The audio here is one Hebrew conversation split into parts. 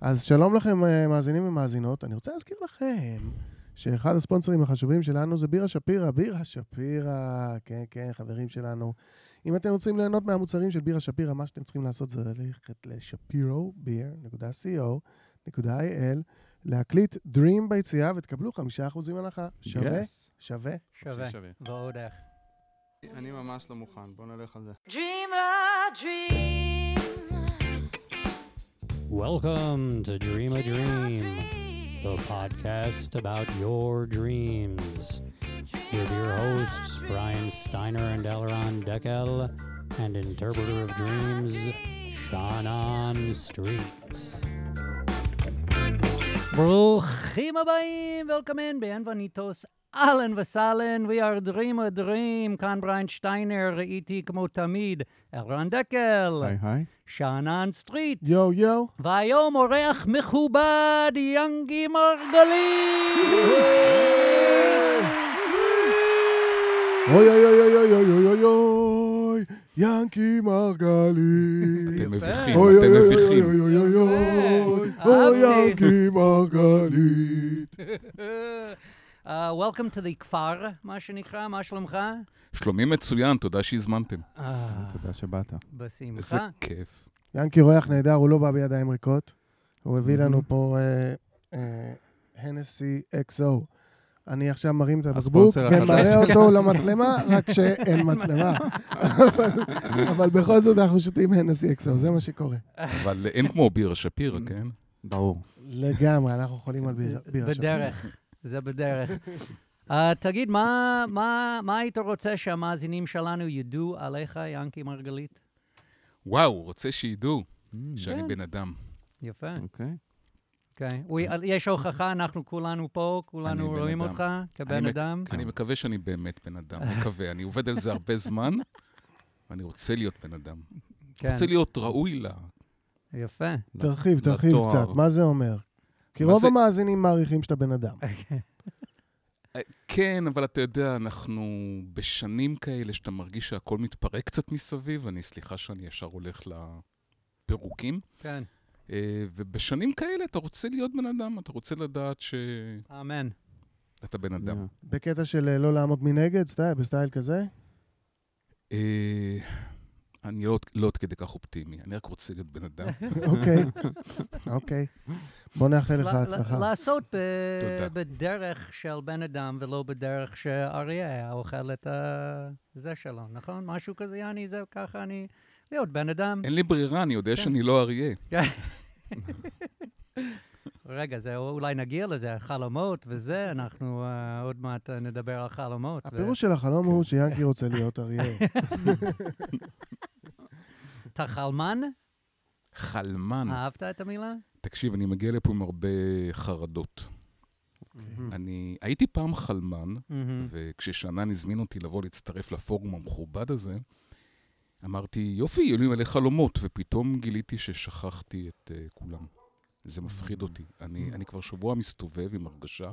אז שלום לכם מאזינים ומאזינות, אני רוצה להזכיר לכם שאחד הספונסרים החשובים שלנו זה בירה שפירא, בירה שפירא, כן, כן, חברים שלנו. אם אתם רוצים ליהנות מהמוצרים של בירה שפירא, מה שאתם צריכים לעשות זה ללכת לשפירו.co.il, להקליט Dream ביציאה ותקבלו 5% הנחה. שווה? שווה? שווה. ועוד איך. אני ממש לא מוכן, בוא נלך על זה. Dream a dream. Welcome to Dream a Dream, the podcast about your dreams. With your hosts, Brian Steiner and Elron Deckel, and interpreter of dreams, Shannon Street. ברוכים הבאים, welcome in, bienvenidos, אהלן וסהלן, we are Dream a Dream, כאן בריין שטיינר, ראיתי כמו תמיד, אלרון דקל, היי. שאנן סטריט, יו יו. והיום אורח מכובד, יאנגי מרגלית. אוי אוי אוי אוי אוי אוי אוי אוי, ינקי מרגלית. אתם מביכים, אוי אתם אוי אוי מביכים. אוי אוי אוי אוי, אוי ינקי מרגלית. Welcome to the כפר, מה שנקרא, מה שלומך? שלומי מצוין, תודה שהזמנתם. תודה שבאת. איזה בשמחה. כיף. ינקי רויח נהדר, הוא לא בא בידיים ריקות. הוא הביא לנו פה הנסי XO. אני עכשיו מרים את הבקבוק הספונסר החדש. ומראה אותו למצלמה, רק שאין מצלמה. אבל בכל זאת אנחנו שותים הנסי XO, זה מה שקורה. אבל אין כמו בירה שפירא, כן? ברור. לגמרי, אנחנו יכולים על בירה שפירא. בדרך, זה בדרך. תגיד, מה היית רוצה שהמאזינים שלנו ידעו עליך, ינקי מרגלית? וואו, רוצה שידעו שאני כן. בן אדם. יפה. אוקיי. אוקיי. יש הוכחה, אנחנו כולנו פה, כולנו אני בן רואים אדם. אותך כבן אדם. אני מקווה שאני באמת בן אדם, מקווה. אני עובד על זה הרבה זמן, ואני רוצה להיות בן אדם. כן, רוצה להיות ראוי לה. יפה. תרחיב לתואר. קצת, מה זה אומר? כי מה רוב זה- המאזינים מעריכים שאתה בן אדם. כן, אבל אתה יודע, אנחנו בשנים כאלה שאתה מרגיש שהכל מתפרק קצת מסביב, אני סליחה שאני ישר הולך לפירוקים, כן, ובשנים כאלה אתה רוצה להיות בן אדם, אתה רוצה לדעת שאתה אמן. בן אדם. בקטע של לא לעמוד מנגד, בסטייל כזה? אני לא עוד כדי כך אופטימי, אני רק רוצה להיות בן אדם. אוקיי. בוא נאחל לך הצלחה. לעשות תודה. בדרך של בן אדם, ולא בדרך שאריה היה אוכל את זה שלו, נכון? משהו כזה, יעני, זה ככה אני... להיות בן אדם. אין לי ברירה, אני יודע כן. שאני לא אריה. רגע, זה אולי נגיע לזה, חלומות וזה, אנחנו עוד מעט נדבר על חלומות. הפירוש של החלום הוא שיאנקי רוצה להיות אריה. אתה חלמן? חלמן. אהבת את המילה? תקשיב, אני מגיע לפה עם הרבה חרדות. אני הייתי פעם חלמן, וכששנן הזמין אותי לבוא להצטרף לפורום המכובד הזה, אמרתי, יופי, יהיו לי מלא חלומות, ופתאום גיליתי ששכחתי את כולם. זה מפחיד אותי. אני כבר שבוע מסתובב עם הרגשה,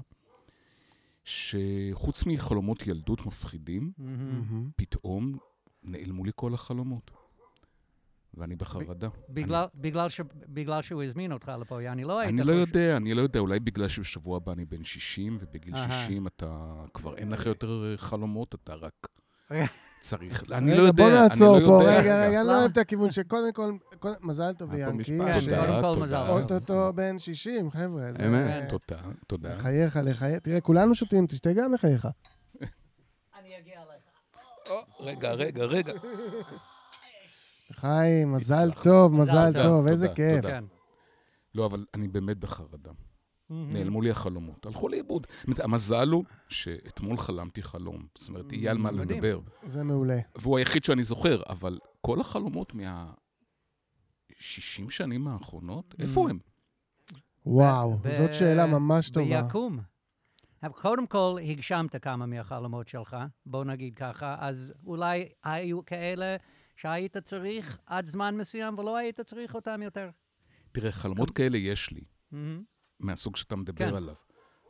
שחוץ מחלומות ילדות מפחידים, פתאום נעלמו לי כל החלומות. ואני בחרדה. בגלל שהוא הזמין אותך לפה, יעני, לא היית... אני לא יודע, אולי בגלל שבשבוע הבא אני בן 60, ובגיל 60 אתה כבר אין לך יותר חלומות, אתה רק צריך... אני לא יודע, בוא נעצור פה, יודע. רגע, אני לא אוהב את הכיוון שקודם כל, מזל טוב ליאנקי, כן, קודם כל תודה. מזל. שאו-טו-טו בן 60, חבר'ה. זה- אמת. תודה. לחייך, תראה, כולנו שותים, תשתה גם לחייך. אני אגיע אליך. רגע. חיים, מזל הצלחנו. טוב, מזל תודה, טוב, איזה תודה, כיף. תודה. כן. לא, אבל אני באמת בחרדה. נעלמו לי החלומות, הלכו לאיבוד. המזל הוא שאתמול חלמתי חלום. זאת אומרת, יהיה על מה מדהים. לדבר. זה מעולה. והוא היחיד שאני זוכר, אבל כל החלומות 60 שנים האחרונות, איפה הם? וואו, זאת שאלה ממש טובה. ביקום. אבל קודם כל, הגשמת כמה מהחלומות שלך, בוא נגיד ככה, אז אולי היו כאלה שהיית צריך עד זמן מסוים, ולא היית צריך אותם יותר. תראה, חלומות כאלה יש לי, מהסוג שאתה מדבר כן. עליו.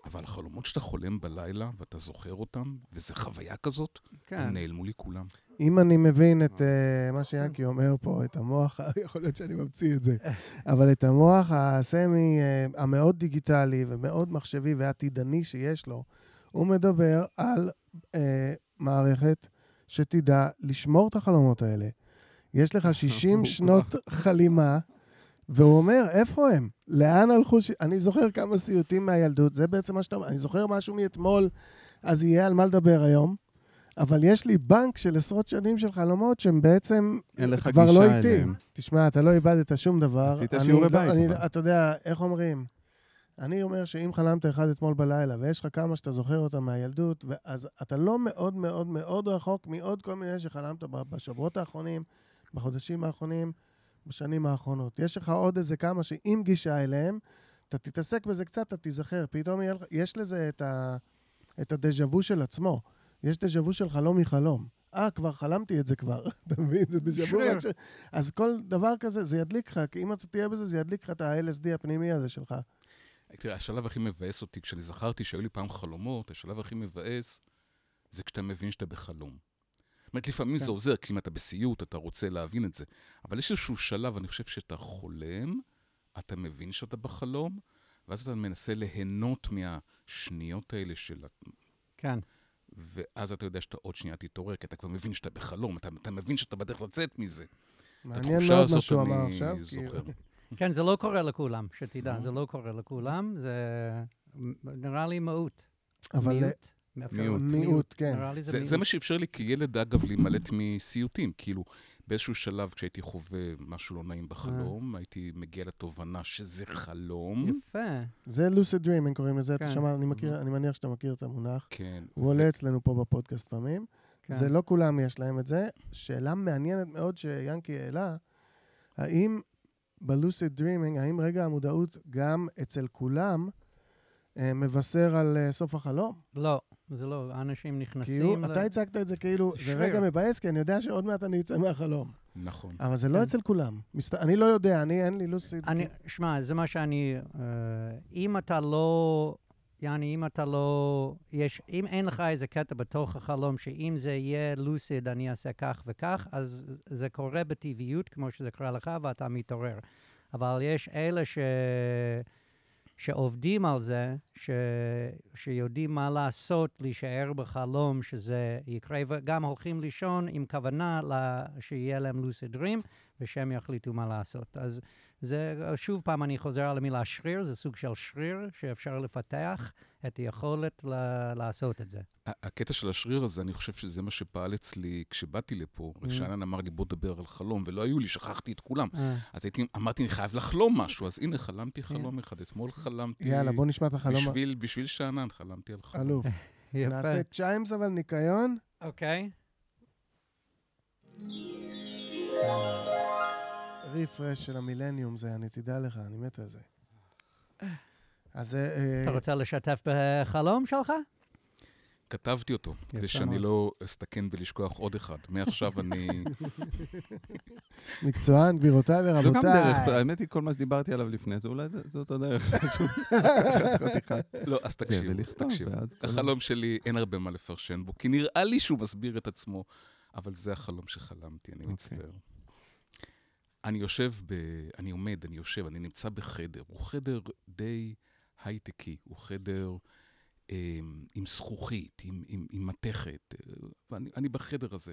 אבל החלומות שאתה חולם בלילה, ואתה זוכר אותם, וזו חוויה כזאת, הם נעלמו לי כולם. אם אני מבין את מה שיאנקי אומר פה, את המוח, יכול להיות שאני ממציא את זה, אבל את המוח הסמי המאוד דיגיטלי ומאוד מחשבי ועתידני שיש לו, הוא מדבר על מערכת שתדע לשמור את החלומות האלה. יש לך 60 שנות חלימה, והוא אומר, איפה הם? לאן הלכו? אני זוכר כמה סיוטים מהילדות, זה בעצם מה שאתה אומר. אני זוכר משהו מאתמול, אז יהיה על מה לדבר היום, אבל יש לי בנק של עשרות שנים של חלומות, שהם בעצם כבר לא איתי. תשמע, אתה לא איבדת שום דבר. עשית שיעורי בית. אתה יודע, איך אומרים? אני אומר שאם חלמת אחד אתמול בלילה, ויש לך כמה שאתה זוכר אותם מהילדות, אז אתה לא מאוד מאוד מאוד רחוק מעוד כל מיני שחלמת בשבועות האחרונים, בחודשים האחרונים, בשנים האחרונות. יש לך עוד איזה כמה שעם גישה אליהם, אתה תתעסק בזה קצת, אתה תיזכר. פתאום יש לזה את הדז'אבו של עצמו. יש דז'אבו של חלום מחלום. כבר חלמתי את זה כבר. אתה מבין? זה דז'אבו רק ש... אז כל דבר כזה, זה ידליק לך, כי אם אתה תהיה בזה, זה ידליק לך את ה-LSD הפנימי הזה שלך. תראה, השלב הכי מבאס אותי, כשאני זכרתי שהיו לי פעם חלומות, השלב הכי מבאס זה כשאתה מבין שאתה בחלום. זאת אומרת, לפעמים זה עוזר, כי אם אתה בסיוט, אתה רוצה להבין את זה. אבל יש איזשהו שלב, אני חושב שאתה חולם, אתה מבין שאתה בחלום, ואז אתה מנסה ליהנות מהשניות האלה של... כן. ואז אתה יודע שאתה עוד שנייה תתעורר, כי אתה כבר מבין שאתה בחלום, אתה מבין שאתה בדרך לצאת מזה. מעניין מאוד מה שהוא אמר עכשיו. כן, זה לא קורה לכולם, שתדע, זה לא קורה לכולם, זה נראה לי מיעוט, כן. זה מה שאפשר לי כילד, אגב, להימלט מסיוטים, כאילו, באיזשהו שלב, כשהייתי חווה משהו לא נעים בחלום, הייתי מגיע לתובנה שזה חלום. יפה. זה lucid dreaming, קוראים לזה, אתה שמע, אני מניח שאתה מכיר את המונח. כן. הוא עולה אצלנו פה בפודקאסט פעמים. זה לא כולם יש להם את זה. שאלה מעניינת מאוד שיאנקי העלה, האם ב-lucid dreaming, האם רגע המודעות גם אצל כולם מבשר על סוף החלום? לא, זה לא, האנשים נכנסים... כאילו, אתה הצגת את זה כאילו, זה רגע מבאס, כי אני יודע שעוד מעט אני אצא מהחלום. נכון. אבל זה לא אצל כולם. אני לא יודע, אין לי lucid... שמע, זה מה שאני... אם אתה לא... אם אתה לא... אם אין לך איזה קטע בתוך החלום, שאם זה יהיה לוסיד, אני אעשה כך וכך, אז זה קורה בטבעיות, כמו שזה קורה לך, ואתה מתעורר. אבל יש אלה שעובדים על זה, שיודעים מה לעשות, להישאר בחלום, שזה יקרה, וגם הולכים לישון עם כוונה שיהיה להם לוסיד דרים, ושהם יחליטו מה לעשות. אז זה, שוב פעם אני חוזר על המילה שריר, זה סוג של שריר שאפשר לפתח את היכולת לעשות את זה. הקטע של השריר הזה, אני חושב שזה מה שפעל אצלי כשבאתי לפה. רשענן אמר לי, בוא דבר על חלום, ולא היו לי, שכחתי את כולם. אז אמרתי, אני חייב לחלום משהו. אז הנה, חלמתי חלום אחד. אתמול חלמתי... יאללה, בוא נשמע את החלום. בשביל שענן, חלמתי על חלום. אלוף. נעשה צ'יימס, אבל ניקיון. אוקיי. ריפרש של המילניום זה, אני תדע לך, אני מת על זה. אז... אתה רוצה לשתף בחלום שלך? כתבתי אותו, כדי שאני לא אסתכן בלשכוח עוד אחד. מעכשיו אני... מקצוען, גבירותיי ורבותיי. זו גם דרך, האמת היא כל מה שדיברתי עליו לפני, זה אולי זו אותו דרך. לא, אז תקשיב. החלום שלי אין הרבה מה לפרשן בו, כי נראה לי שהוא מסביר את עצמו, אבל זה החלום שחלמתי, אני מצטער. אני נמצא בחדר, הוא חדר די הייטקי, הוא חדר עם זכוכית, עם מתכת, ואני בחדר הזה.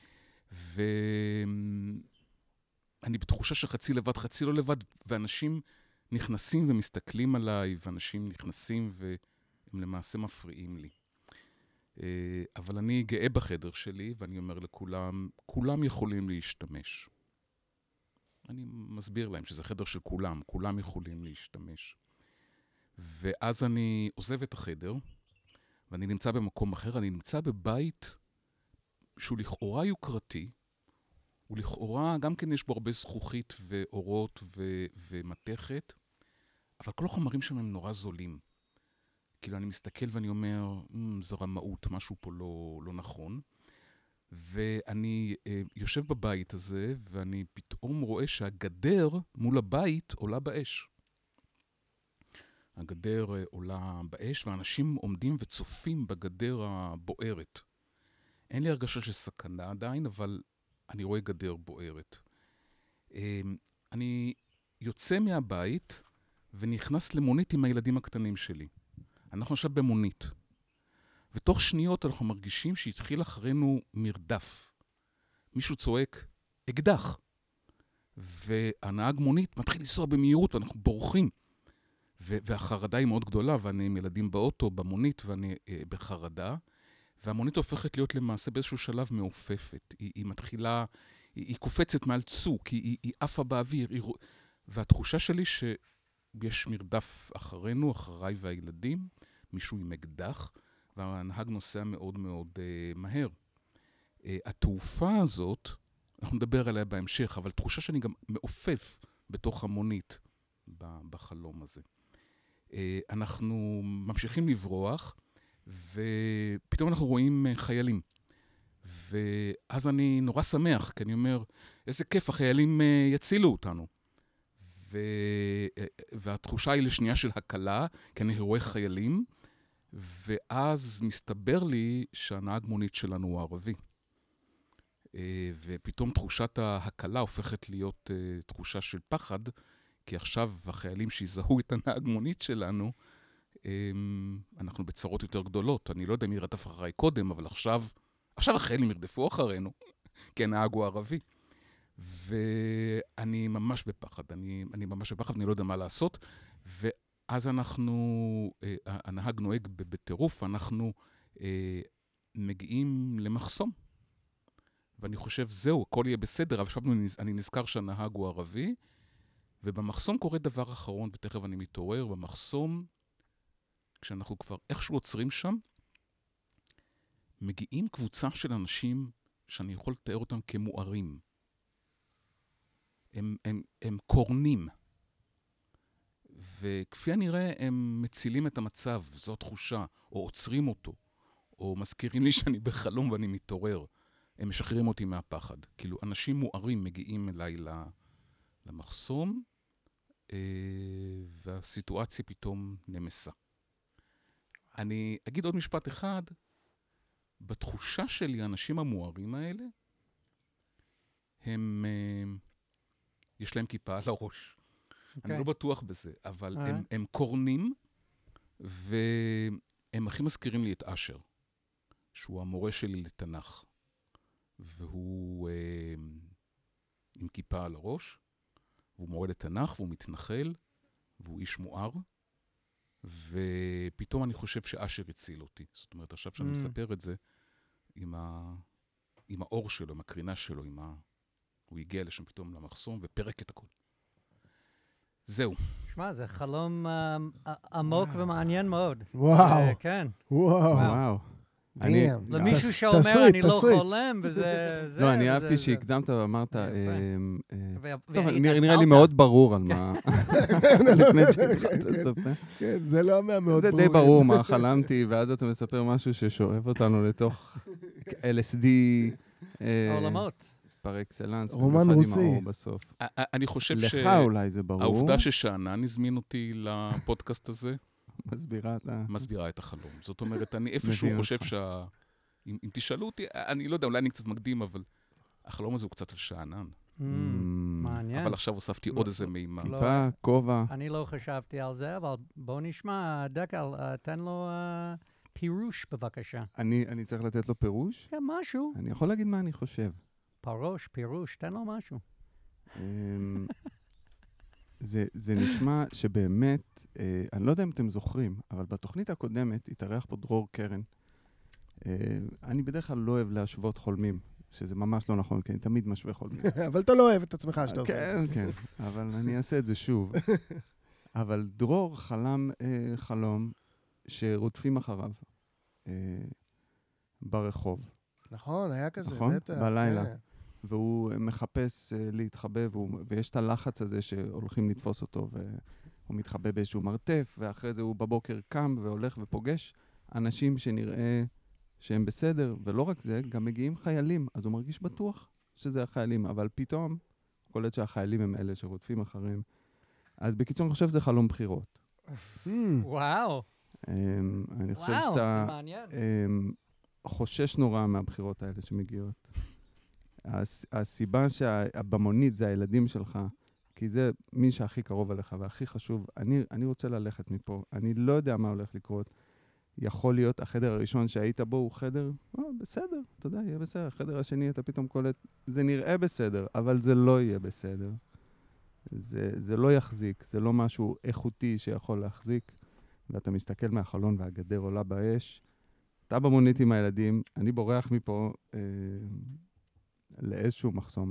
ואני בתחושה שחצי לבד, חצי לא לבד, ואנשים נכנסים ומסתכלים עליי, ואנשים נכנסים והם למעשה מפריעים לי. אבל אני גאה בחדר שלי, ואני אומר לכולם, כולם יכולים להשתמש. אני מסביר להם שזה חדר של כולם, כולם יכולים להשתמש. ואז אני עוזב את החדר, ואני נמצא במקום אחר, אני נמצא בבית שהוא לכאורה יוקרתי, ולכאורה גם כן יש בו הרבה זכוכית ואורות ומתכת, אבל כל החומרים שם הם נורא זולים. כאילו אני מסתכל ואני אומר, זו רמאות, משהו פה לא נכון. ואני יושב בבית הזה, ואני פתאום רואה שהגדר מול הבית עולה באש. הגדר עולה באש, ואנשים עומדים וצופים בגדר הבוערת. אין לי הרגשה של סכנה עדיין, אבל אני רואה גדר בוערת. אני יוצא מהבית ונכנס למונית עם הילדים הקטנים שלי. אנחנו עכשיו במונית. ותוך שניות אנחנו מרגישים שהתחיל אחרינו מרדף. מישהו צועק, אקדח. והנהג מונית מתחיל לנסוע במהירות ואנחנו בורחים. והחרדה היא מאוד גדולה, ואני עם ילדים באוטו, במונית, ואני בחרדה. והמונית הופכת להיות למעשה באיזשהו שלב מעופפת. היא מתחילה, היא קופצת מעל צוק, היא עפה באוויר. והתחושה שלי שיש מרדף אחרינו, אחריי והילדים, מישהו עם אקדח, והנהג נוסע מאוד מאוד מהר. התעופה הזאת, אנחנו נדבר עליה בהמשך, אבל תחושה שאני גם מעופף בתוך המונית בחלום הזה. אנחנו ממשיכים לברוח, ופתאום אנחנו רואים חיילים. ואז אני נורא שמח, כי אני אומר, איזה כיף, החיילים יצילו אותנו. והתחושה היא לשנייה של הקלה, כי אני רואה חיילים, ואז מסתבר לי שהנהג מונית שלנו הוא ערבי. ופתאום תחושת ההקלה הופכת להיות תחושה של פחד, כי עכשיו החיילים שיזהו את הנהג מונית שלנו, אנחנו בצרות יותר גדולות. אני לא יודע מי רדף אחריי קודם, אבל עכשיו החיילים ירדפו אחרינו, כי הנהג הוא ערבי. ואני ממש בפחד, אני ממש בפחד, אני לא יודע מה לעשות. ואז הנהג נוהג בטירוף, אנחנו מגיעים למחסום. ואני חושב, זהו, הכל יהיה בסדר, אבל עכשיו אני נזכר שהנהג הוא ערבי, ובמחסום קורה דבר אחרון, ותכף אני מתעורר, במחסום, כשאנחנו כבר איכשהו עוצרים שם, מגיעים קבוצה של אנשים שאני יכול לתאר אותם כמוארים. הם קורנים. וכפי הנראה, הם מצילים את המצב, זו תחושה, או עוצרים אותו, או מזכירים לי שאני בחלום ואני מתעורר. הם משחררים אותי מהפחד. כאילו, אנשים מוארים מגיעים אליי למחסום, והסיטואציה פתאום נמסה. אני אגיד עוד משפט אחד, בתחושה שלי, האנשים המוארים האלה, יש להם כיפה על הראש. אני לא בטוח בזה, אבל הם קורנים, והם הכי מזכירים לי את אשר, שהוא המורה שלי לתנ"ך. והוא עם כיפה על הראש, והוא מורה לתנ"ך, והוא מתנחל, והוא איש מואר, ופתאום אני חושב שאשר הציל אותי. זאת אומרת, עכשיו שאני מספר את זה, עם האור שלו, עם הקרינה שלו, הוא הגיע לשם פתאום למחסום, ופרק את הכל. זהו. שמע, זה חלום עמוק ומעניין מאוד. וואו. כן. וואו. למישהו שאומר, אני לא חולם, וזה... לא, אני אהבתי שהקדמת ואמרת... טוב, נראה לי מאוד ברור על מה... לפני שהתחלת לספר. כן, זה לא מאוד ברור. זה די ברור מה חלמתי, ואז אתה מספר משהו ששואב אותנו לתוך LSD... עולמות. פר אקסלנס. רומן רוסי. אני חושב לך אולי זה ברור. העובדה ששענן הזמין אותי לפודקאסט הזה, מסבירה את החלום. זאת אומרת, אני איפשהו חושב אם תשאלו אותי, אני לא יודע, אולי אני קצת מקדים, אבל החלום הזה הוא קצת על שענן. מעניין. אבל עכשיו הוספתי עוד איזה מימה. כיפה, כובע. אני לא חשבתי על זה, אבל בוא נשמע, דקל, תן לו פירוש בבקשה. אני צריך לתת לו פירוש? כן, משהו. אני יכול להגיד מה אני חושב. פירוש, תן לו משהו. זה נשמע שבאמת, אני לא יודע אם אתם זוכרים, אבל בתוכנית הקודמת התארח פה דרור קרן. אני בדרך כלל לא אוהב להשוות חולמים, שזה ממש לא נכון, כי אני תמיד משווה חולמים. אבל אתה לא אוהב את עצמך שאתה עושה את זה. כן, אבל אני אעשה את זה שוב. אבל דרור חלם חלום שרודפים אחריו ברחוב. נכון, היה כזה, נכון? בלילה. והוא מחפש להתחבא, ויש את הלחץ הזה שהולכים לתפוס אותו, והוא מתחבא באיזשהו מרתף, ואחרי זה הוא בבוקר קם והולך ופוגש אנשים שנראה שהם בסדר, ולא רק זה, גם מגיעים חיילים, אז הוא מרגיש בטוח שזה החיילים, אבל פתאום, קולט שהחיילים הם אלה שרודפים אחריהם. אז בקיצור, אני חושב שזה חלום בחירות. וואו. אני חושב וואו, שאתה זה מעניין. חושש נורא מהבחירות האלה שמגיעות. הסיבה שבמונית זה הילדים שלך, כי זה מי שהכי קרוב אליך והכי חשוב. אני רוצה ללכת מפה, אני לא יודע מה הולך לקרות. יכול להיות, החדר הראשון שהיית בו הוא חדר, בסדר, אתה יודע, יהיה בסדר. החדר השני אתה פתאום קולט, זה נראה בסדר, אבל זה לא יהיה בסדר. זה לא יחזיק, זה לא משהו איכותי שיכול להחזיק, ואתה מסתכל מהחלון והגדר עולה באש, אתה במונית עם הילדים, אני בורח מפה לאיזשהו מחסום,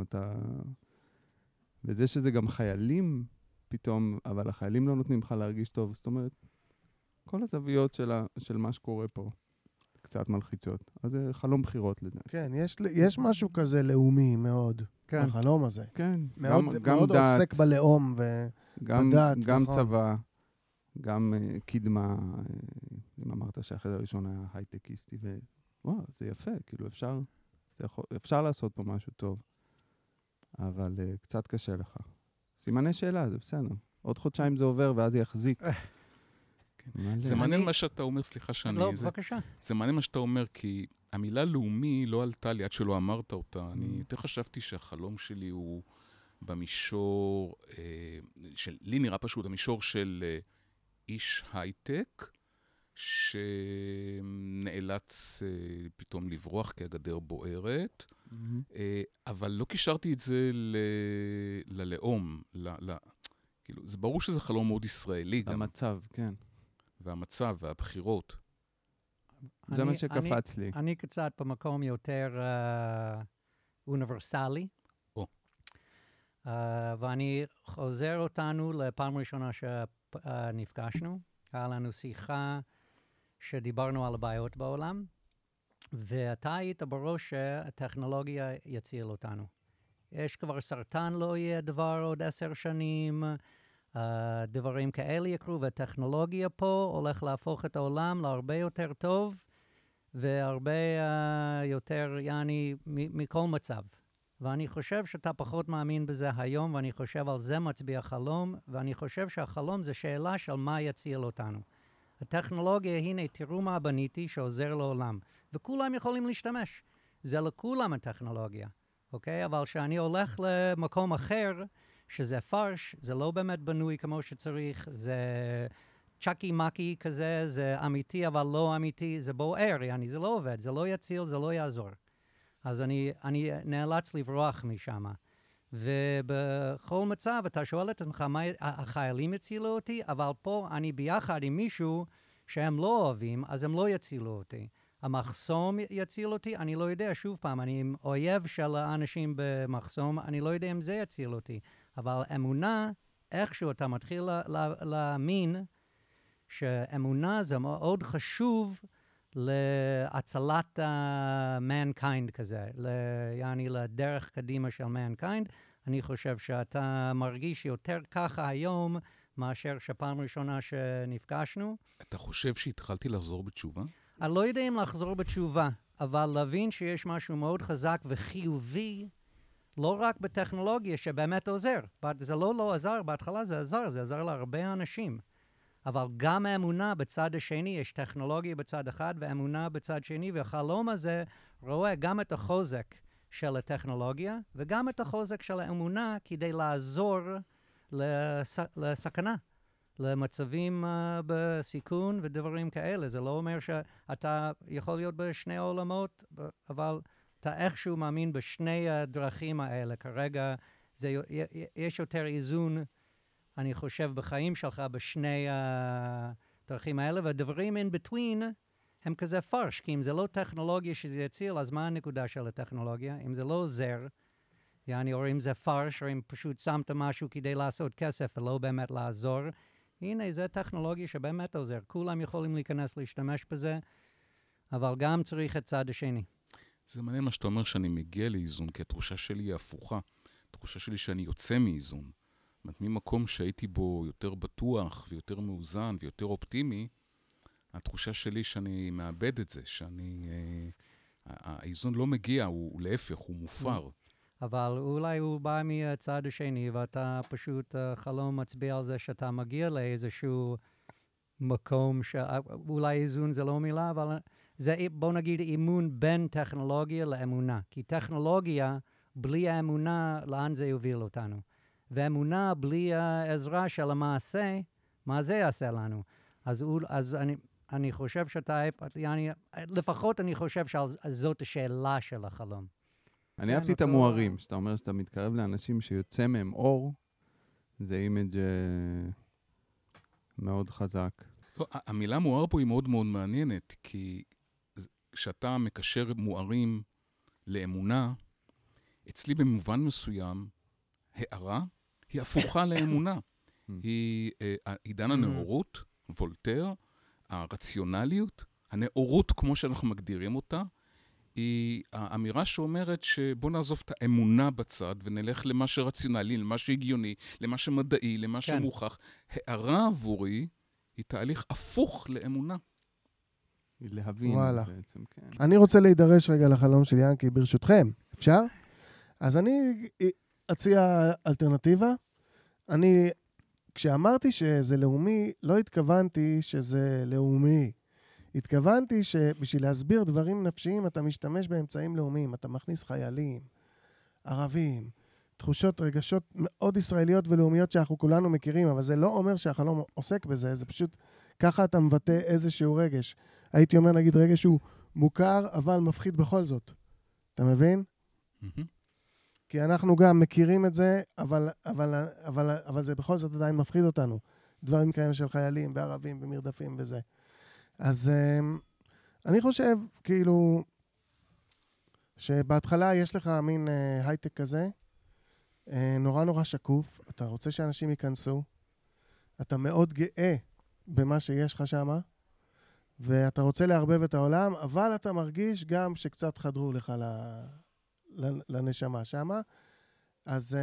וזה שזה גם חיילים פתאום, אבל החיילים לא נותנים לך להרגיש טוב, זאת אומרת, כל הזוויות של מה שקורה פה קצת מלחיצות. אז זה חלום בחירות לדעת. כן, יש משהו כזה לאומי מאוד, כן. החלום הזה. כן, מאוד עוסק בלאום ובדת. גם נכון. צבא, גם קדמה, אם אמרת שהחדר הראשון היה הייטקיסטי, ווואו, זה יפה, כאילו אפשר לעשות פה משהו טוב, אבל קצת קשה לך. סימני שאלה, זה בסדר. עוד חודשיים זה עובר ואז זה יחזיק. זה מעניין מה שאתה אומר, סליחה שאני... לא, בבקשה. זה מעניין מה שאתה אומר, כי המילה לאומי לא עלתה לי עד שלא אמרת אותה. אני יותר חשבתי שהחלום שלי הוא במישור, לי נראה פשוט, המישור של איש הייטק, שנאלץ פתאום לברוח כי הגדר בוערת, אבל לא קישרתי את זה ללאום. כאילו, זה ברור שזה חלום מאוד ישראלי גם. המצב, כן. והמצב והבחירות. זה מה שקפץ לי. אני קצת במקום יותר אוניברסלי. ואני חוזר אותנו לפעם ראשונה שנפגשנו. היה לנו שיחה שדיברנו על הבעיות בעולם, ואתה היית בראש שהטכנולוגיה יציל אותנו. יש כבר סרטן לא יהיה דבר עוד 10 שנים, דברים כאלה יקרו, והטכנולוגיה פה הולך להפוך את העולם להרבה יותר טוב, והרבה יותר, מכל מצב. ואני חושב שאתה פחות מאמין בזה היום, ואני חושב על זה מצביע חלום, ואני חושב שהחלום זה שאלה של מה יציל אותנו. הטכנולוגיה, הנה, תראו מה בניתי שעוזר לעולם. וכולם יכולים להשתמש. זה לכולם הטכנולוגיה, אוקיי? אבל כשאני הולך למקום אחר, שזה פרש, זה לא באמת בנוי כמו שצריך, זה צ'קי מקי כזה, זה אמיתי אבל לא אמיתי, זה בוער, זה לא עובד, זה לא יציל, זה לא יעזור. אז אני נאלץ לברוח משם. ובכל מצב אתה שואל את עצמך, מה החיילים יצילו אותי? אבל פה אני ביחד עם מישהו שהם לא אוהבים, אז הם לא יצילו אותי. המחסום יציל אותי? אני לא יודע, שוב פעם, אני עם אויב של האנשים במחסום, אני לא יודע אם זה יציל אותי. אבל אמונה, איכשהו אתה מתחיל להאמין שאמונה זה מאוד חשוב להצלת mankind כזה, לדרך קדימה של mankind. אני חושב שאתה מרגיש יותר ככה היום מאשר שפעם ראשונה שנפגשנו. אתה חושב שהתחלתי לחזור בתשובה? אני לא יודע אם לחזור בתשובה, אבל להבין שיש משהו מאוד חזק וחיובי, לא רק בטכנולוגיה שבאמת עוזר. זה לא עזר, בהתחלה זה עזר להרבה אנשים. אבל גם האמונה בצד השני, יש טכנולוגיה בצד אחד ואמונה בצד שני, והחלום הזה רואה גם את החוזק של הטכנולוגיה, וגם את החוזק של האמונה כדי לעזור לסכנה, למצבים בסיכון ודברים כאלה. זה לא אומר שאתה יכול להיות בשני העולמות, אבל אתה איכשהו מאמין בשני הדרכים האלה. כרגע יש יותר איזון, אני חושב, בחיים שלך בשני הדרכים האלה, והדברים in between הם כזה פרש, כי אם זה לא טכנולוגיה שזה יציל, אז מה הנקודה של הטכנולוגיה? אם זה לא עוזר, או אם זה פרש, או אם פשוט שמת משהו כדי לעשות כסף ולא באמת לעזור, הנה, זה טכנולוגיה שבאמת עוזר. כולם יכולים להיכנס להשתמש בזה, אבל גם צריך את צד השני. זה מעניין מה שאתה אומר שאני מגיע לאיזון, כי התחושה שלי היא הפוכה. התחושה שלי שאני יוצא מאיזון. זאת אומרת, ממקום שהייתי בו יותר בטוח ויותר מאוזן ויותר אופטימי, התחושה שלי שאני מאבד את זה, האיזון לא מגיע, הוא להפך, הוא מופר. אבל אולי הוא בא מהצד השני, ואתה פשוט חלום מצביע על זה שאתה מגיע לאיזשהו מקום אולי איזון זה לא מילה, אבל זה, בוא נגיד, אימון בין טכנולוגיה לאמונה. כי טכנולוגיה, בלי האמונה, לאן זה יוביל אותנו? ואמונה בלי העזרה של המעשה, מה זה יעשה לנו? אז אני חושב לפחות אני חושב שזאת השאלה של החלום. אני אהבתי את המוארים, שאתה אומר שאתה מתקרב לאנשים שיוצא מהם אור, זה אימג' מאוד חזק. לא, המילה מואר פה היא מאוד מאוד מעניינת, כי כשאתה מקשר מוארים לאמונה, אצלי במובן מסוים, הערה היא הפוכה לאמונה. היא עידן הנאורות, וולטר, הרציונליות, הנאורות כמו שאנחנו מגדירים אותה, היא האמירה שאומרת שבוא נעזוב את האמונה בצד ונלך למה שרציונלי, למה שהגיוני, למה שמדעי, למה שמוכח. הערה עבורי היא תהליך הפוך לאמונה. היא להבין בעצם, כן. אני רוצה להידרש רגע לחלום של ינקי, ברשותכם. אפשר? אז אני אציע אלטרנטיבה. כשאמרתי שזה לאומי, לא התכוונתי שזה לאומי. התכוונתי שבשביל להסביר דברים נפשיים, אתה משתמש באמצעים לאומיים. אתה מכניס חיילים, ערבים, תחושות, רגשות מאוד ישראליות ולאומיות שאנחנו כולנו מכירים, אבל זה לא אומר שהחלום עוסק בזה, זה פשוט ככה אתה מבטא איזשהו רגש. הייתי אומר, נגיד, רגש שהוא מוכר, אבל מפחיד בכל זאת. אתה מבין? כי אנחנו גם מכירים את זה, אבל זה בכל זאת עדיין מפחיד אותנו. דברים כאלה של חיילים וערבים ומרדפים וזה. אז אני חושב, כאילו, שבהתחלה יש לך מין הייטק כזה, נורא נורא שקוף, אתה רוצה שאנשים ייכנסו, אתה מאוד גאה במה שיש לך שמה, ואתה רוצה להרבב את העולם, אבל אתה מרגיש גם שקצת חדרו לך לנשמה שמה. אז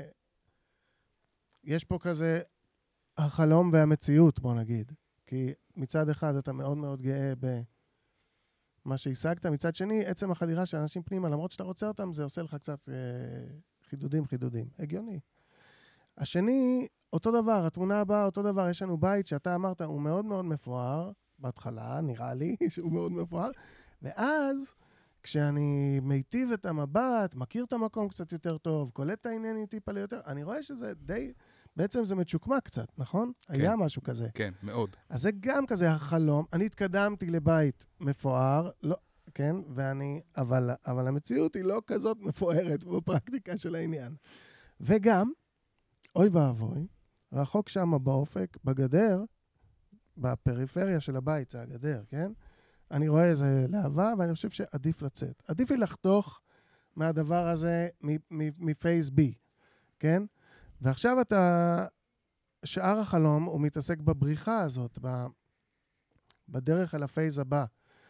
יש פה כזה החלום והמציאות, בוא נגיד. כי מצד אחד אתה מאוד מאוד גאה במה שהשגת, מצד שני, עצם החדירה של אנשים פנימה, למרות שאתה רוצה אותם, זה עושה לך קצת חידודים. הגיוני. השני, אותו דבר, התמונה הבאה, אותו דבר, יש לנו בית שאתה אמרת, הוא מאוד מאוד מפואר, בהתחלה, נראה לי שהוא מאוד מפואר, ואז כשאני מיטיב את המבט, מכיר את המקום קצת יותר טוב, קולט את העניינים טיפה ליותר, אני רואה שזה די, בעצם זה מצ'וקמה קצת, נכון? כן. היה משהו כזה. כן, מאוד. אז זה גם כזה החלום. אני התקדמתי לבית מפואר, לא, כן, אבל המציאות היא לא כזאת מפוארת בפרקטיקה של העניין. וגם, אוי ואבוי, רחוק שם באופק, בגדר, בפריפריה של הבית, זה הגדר, כן? אני רואה איזה להבה, ואני חושב שעדיף לצאת. עדיף לי לחתוך מהדבר הזה מפייס בי, כן? ועכשיו שאר החלום הוא מתעסק בבריחה הזאת, בדרך אל הפייס הבא,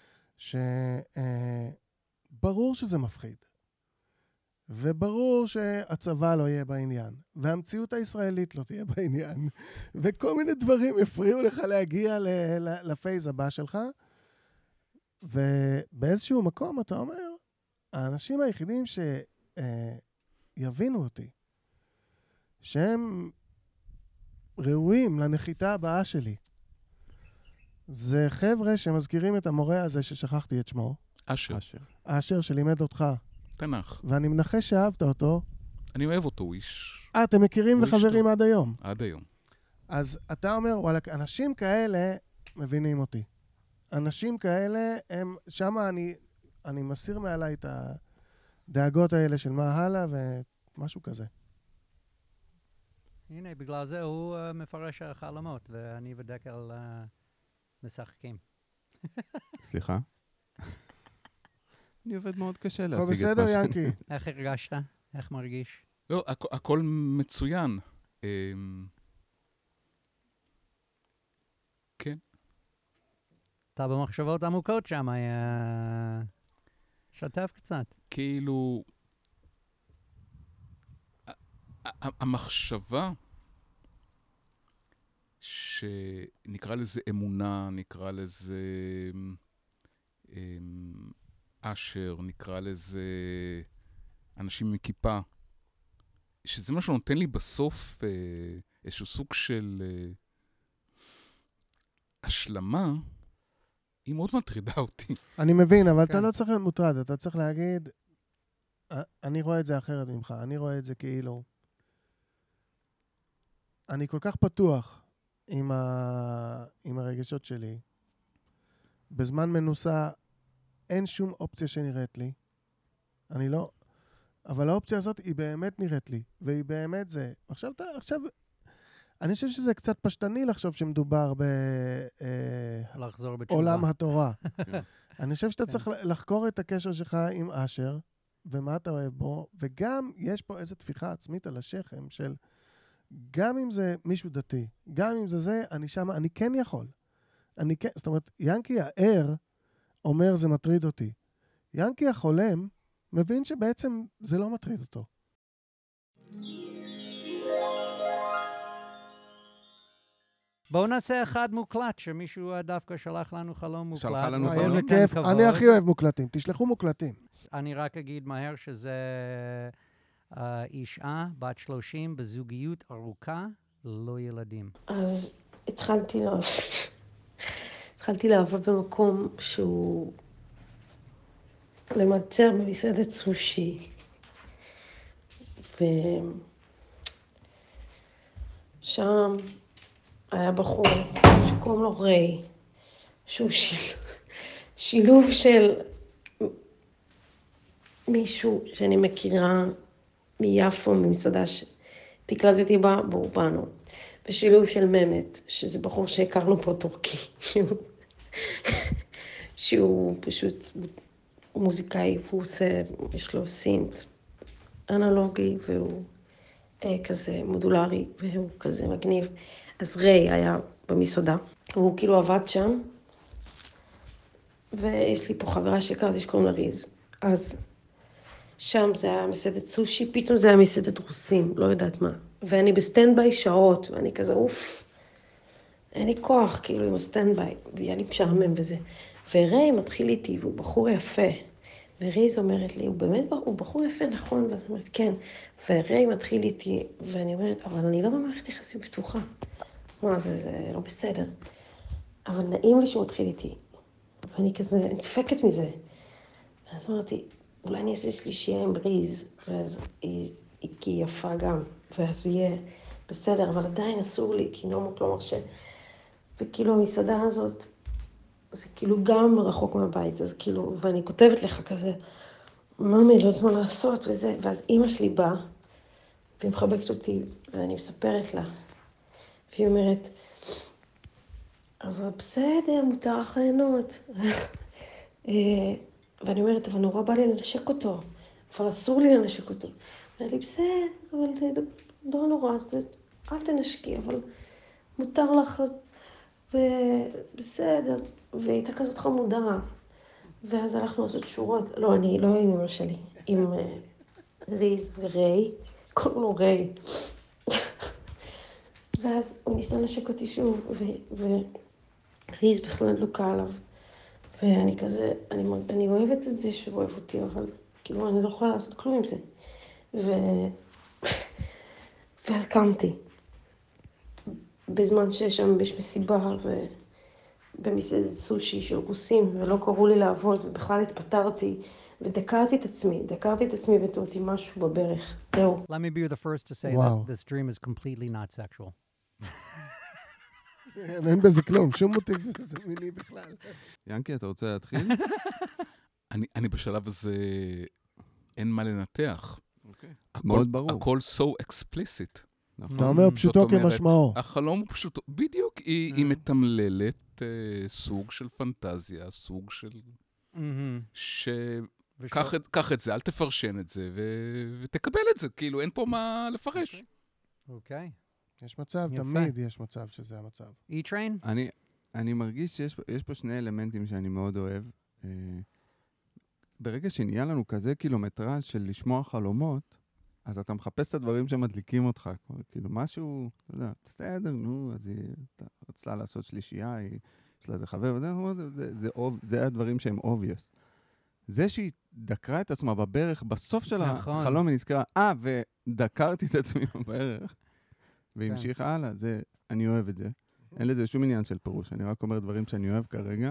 שברור שזה מפחיד. וברור שהצבא לא יהיה בעניין, והמציאות הישראלית לא תהיה בעניין, וכל מיני דברים הפריעו לך להגיע לפייס הבא שלך, ובאיזשהו מקום אתה אומר, האנשים היחידים שיבינו אותי, שהם ראויים לנחיתה הבאה שלי, זה חבר'ה שמזכירים את המורה הזה ששכחתי את שמו. אשר שלימד אותך. תנ"ך. ואני מנחש שאהבת אותו. אני אוהב אותו, הוא איש... אתם מכירים וחברים עד היום. עד היום. אז אתה אומר, וואלה, אנשים כאלה מבינים אותי. אנשים כאלה, שם אני מסיר מעליי את הדאגות האלה של מה הלאה ומשהו כזה. הנה, בגלל זה הוא מפרש החלומות, ואני ודקל משחקים. סליחה? אני עובד מאוד קשה להשיג את מה בסדר, ינקי? איך הרגשת? איך מרגיש? לא, הכל מצוין. כן. אתה במחשבות עמוקות שם, שתף קצת. כאילו, המחשבה שנקרא לזה אמונה, נקרא לזה אשר, נקרא לזה אנשים עם כיפה, שזה מה שנותן לי בסוף איזשהו סוג של השלמה, היא מאוד מטרידה אותי. אני מבין, אבל כן. אתה לא צריך להיות מוטרד, אתה צריך להגיד, אני רואה את זה אחרת ממך, אני רואה את זה כאילו, אני כל כך פתוח עם הרגשות שלי. בזמן מנוסה אין שום אופציה שנראית לי. אני לא, אבל האופציה הזאת היא באמת נראית לי, והיא באמת זה. עכשיו, אני חושב שזה קצת פשטני לחשוב שמדובר לחזור בתשובה. בעולם התורה. אני חושב שאתה צריך לחקור את הקשר שלך עם אשר, ומה אתה אוהב בו, וגם יש פה איזו תפיחה עצמית על השכם של, גם אם זה מישהו דתי, גם אם זה, אני שם, אני כן יכול. זאת אומרת, ינקי הער אומר זה מטריד אותי. ינקי החולם מבין שבעצם זה לא מטריד אותו. בואו נעשה אחד מוקלט, שמישהו דווקא שלח לנו חלום מוקלט. שלחה לנו חלום? איזה ניתן כיף, כבוד. אני הכי אוהב מוקלטים, תשלחו מוקלטים. אני רק אגיד מהר שזה אישה בת 30 בזוגיות ארוכה, לא ילדים. אז התחלתי לעבוד במקום שהוא למצר במסעדת סושי. ושם היה בחור שקוראים לו ריי, שהוא שילוב של מישהו שאני מכירה מיפו, ממסעדה שתקלטתי בה באורבנו, ושילוב של באמת, שזה בחור שהכרנו פה טורקי, שהוא פשוט מוזיקאי, והוא עושה, יש לו סינט אנלוגי, והוא כזה מודולרי, והוא כזה מגניב. אז ריי היה במסעדה, והוא כאילו עבד שם, ויש לי פה חברה שהכרתי שקוראים לה ריז. אז שם זה היה מסעדת סושי, פתאום זה היה מסעדת רוסים, לא יודעת מה. ואני בסטנדביי שעות, ואני כזה, אין לי כוח, כאילו, עם הסטנדביי, והיה לי משעמם וזה. וריי מתחיל איתי, והוא בחור יפה. וריז אומרת לי, הוא בחור יפה, נכון? ואז אני אומרת, כן. וריי מתחיל איתי, ואני אומרת, אבל אני לא במערכת יחסים פתוחה. מה, זה לא בסדר. אבל נעים לי שהוא מתחיל איתי. ואני כזה נדפקת מזה. ואז אמרתי, אולי אני אעשה שלישייה עם ריז, ואז היא יפה גם, ואז הוא יהיה בסדר, אבל עדיין אסור לי, כי נומות לא מרשה. וכאילו המסעדה הזאת, זה כאילו גם רחוק מהבית, אז כאילו, ואני כותבת לך כזה, ממי, לא יודעת מה לעשות וזה, ואז אמא שלי באה, והיא מחבקת אותי, ואני מספרת לה, והיא אומרת, אבל בסדר, מותר לך ליהנות. ואני אומרת, אבל נורא בא לי לנשק אותו, אבל אסור לי לנשק אותו. ואני לי, בסדר, אבל זה לא נורא, אל תנשקי, אבל מותר לך, ובסדר. והיא הייתה כזאת חמודה. ואז הלכנו לעשות שורות, לא, אני לא עם אמא שלי, עם ריז וריי, קוראים לו ריי. ואז הוא ניסה לנשק אותי שוב, וריז בכלל דלוקה עליו. ואני כזה, אני אוהבת את זה שהוא אוהב אותי, אבל כאילו אני לא יכולה לעשות כלום עם זה. ואז קמתי. בזמן ששם יש מסיבה ובמסעדת סושי של רוסים, ולא קראו לי לעבוד, ובכלל התפטרתי, ודקרתי את עצמי ותראתי משהו בברך. זהו. Let me be the first to say Wow. that this dream is completely not sexual. אין בזה כלום, שום מוטיב זה מיני בכלל. ינקי, אתה רוצה להתחיל? אני בשלב הזה, אין מה לנתח. מאוד ברור. הכל so explicit. נכון. אתה אומר פשוטו זאת אומרת, כמשמעו. החלום הוא פשוט, בדיוק, היא מתמללת סוג של פנטזיה, סוג של... קח את זה, אל תפרשן את זה, ותקבל את זה, כאילו אין פה מה לפרש. אוקיי. יש מצב, יפה. תמיד יש מצב שזה המצב. E-Train? אני מרגיש שיש פה שני אלמנטים שאני מאוד אוהב. ברגע שנהיה לנו כזה קילומטרז' של לשמוע חלומות, אז אתה מחפש את הדברים שמדליקים אותך. כאילו משהו, אתה יודע, בסדר, נו, אז היא רצתה לעשות שלישייה, יש לה איזה חבר, זה הדברים שהם obvious. זה שהיא דקרה את עצמה בברך, בסוף של החלום היא נזכרה, ודקרתי את עצמי בברך, והמשיכה הלאה, אני אוהב את זה. אין לזה שום עניין של פירוש, אני רק אומר דברים שאני אוהב כרגע.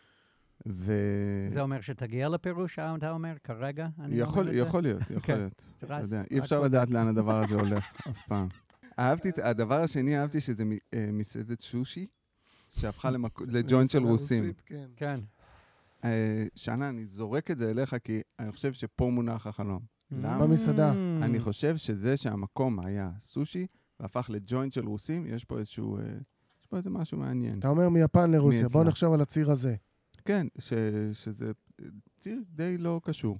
זה אומר שתגיע לפירוש, אתה אומר, כרגע? יכול להיות. אתה יודע, אי אפשר לדעת לאן הדבר הזה הולך אף פעם. הדבר השני, אהבתי שזה מסעדת שושי, שהפכה לג'וינט של רוסים. כן. שנה, אני זורק את זה אליך, כי אני חושב שפה מונח החלום. למה? במסעדה. אני חושב שזה שהמקום היה סושי, והפך לג'וינט של רוסים, יש פה איזה משהו מעניין. אתה אומר מיפן לרוסיה, בוא נחשוב על הציר הזה. כן, שזה ציר די לא קשור.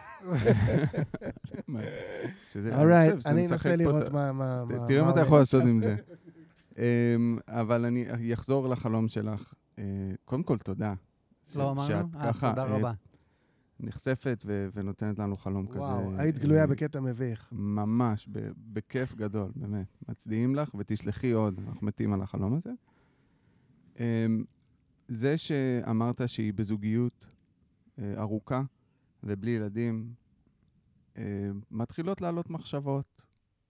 אורייט, אני אנסה לראות מה... תראה מה אתה יכול לעשות עם זה. אבל אני אחזור לחלום שלך. קודם כל, תודה. לא אמרנו? תודה רבה. נחשפת ונותנת לנו חלום כזה. וואו, היית גלויה בקטע מביך. ממש, בכיף גדול, באמת. מצדיעים לך ותשלחי עוד, אנחנו מתים על החלום הזה. זה שאמרת שהיא בזוגיות ארוכה ובלי ילדים, מתחילות לעלות מחשבות.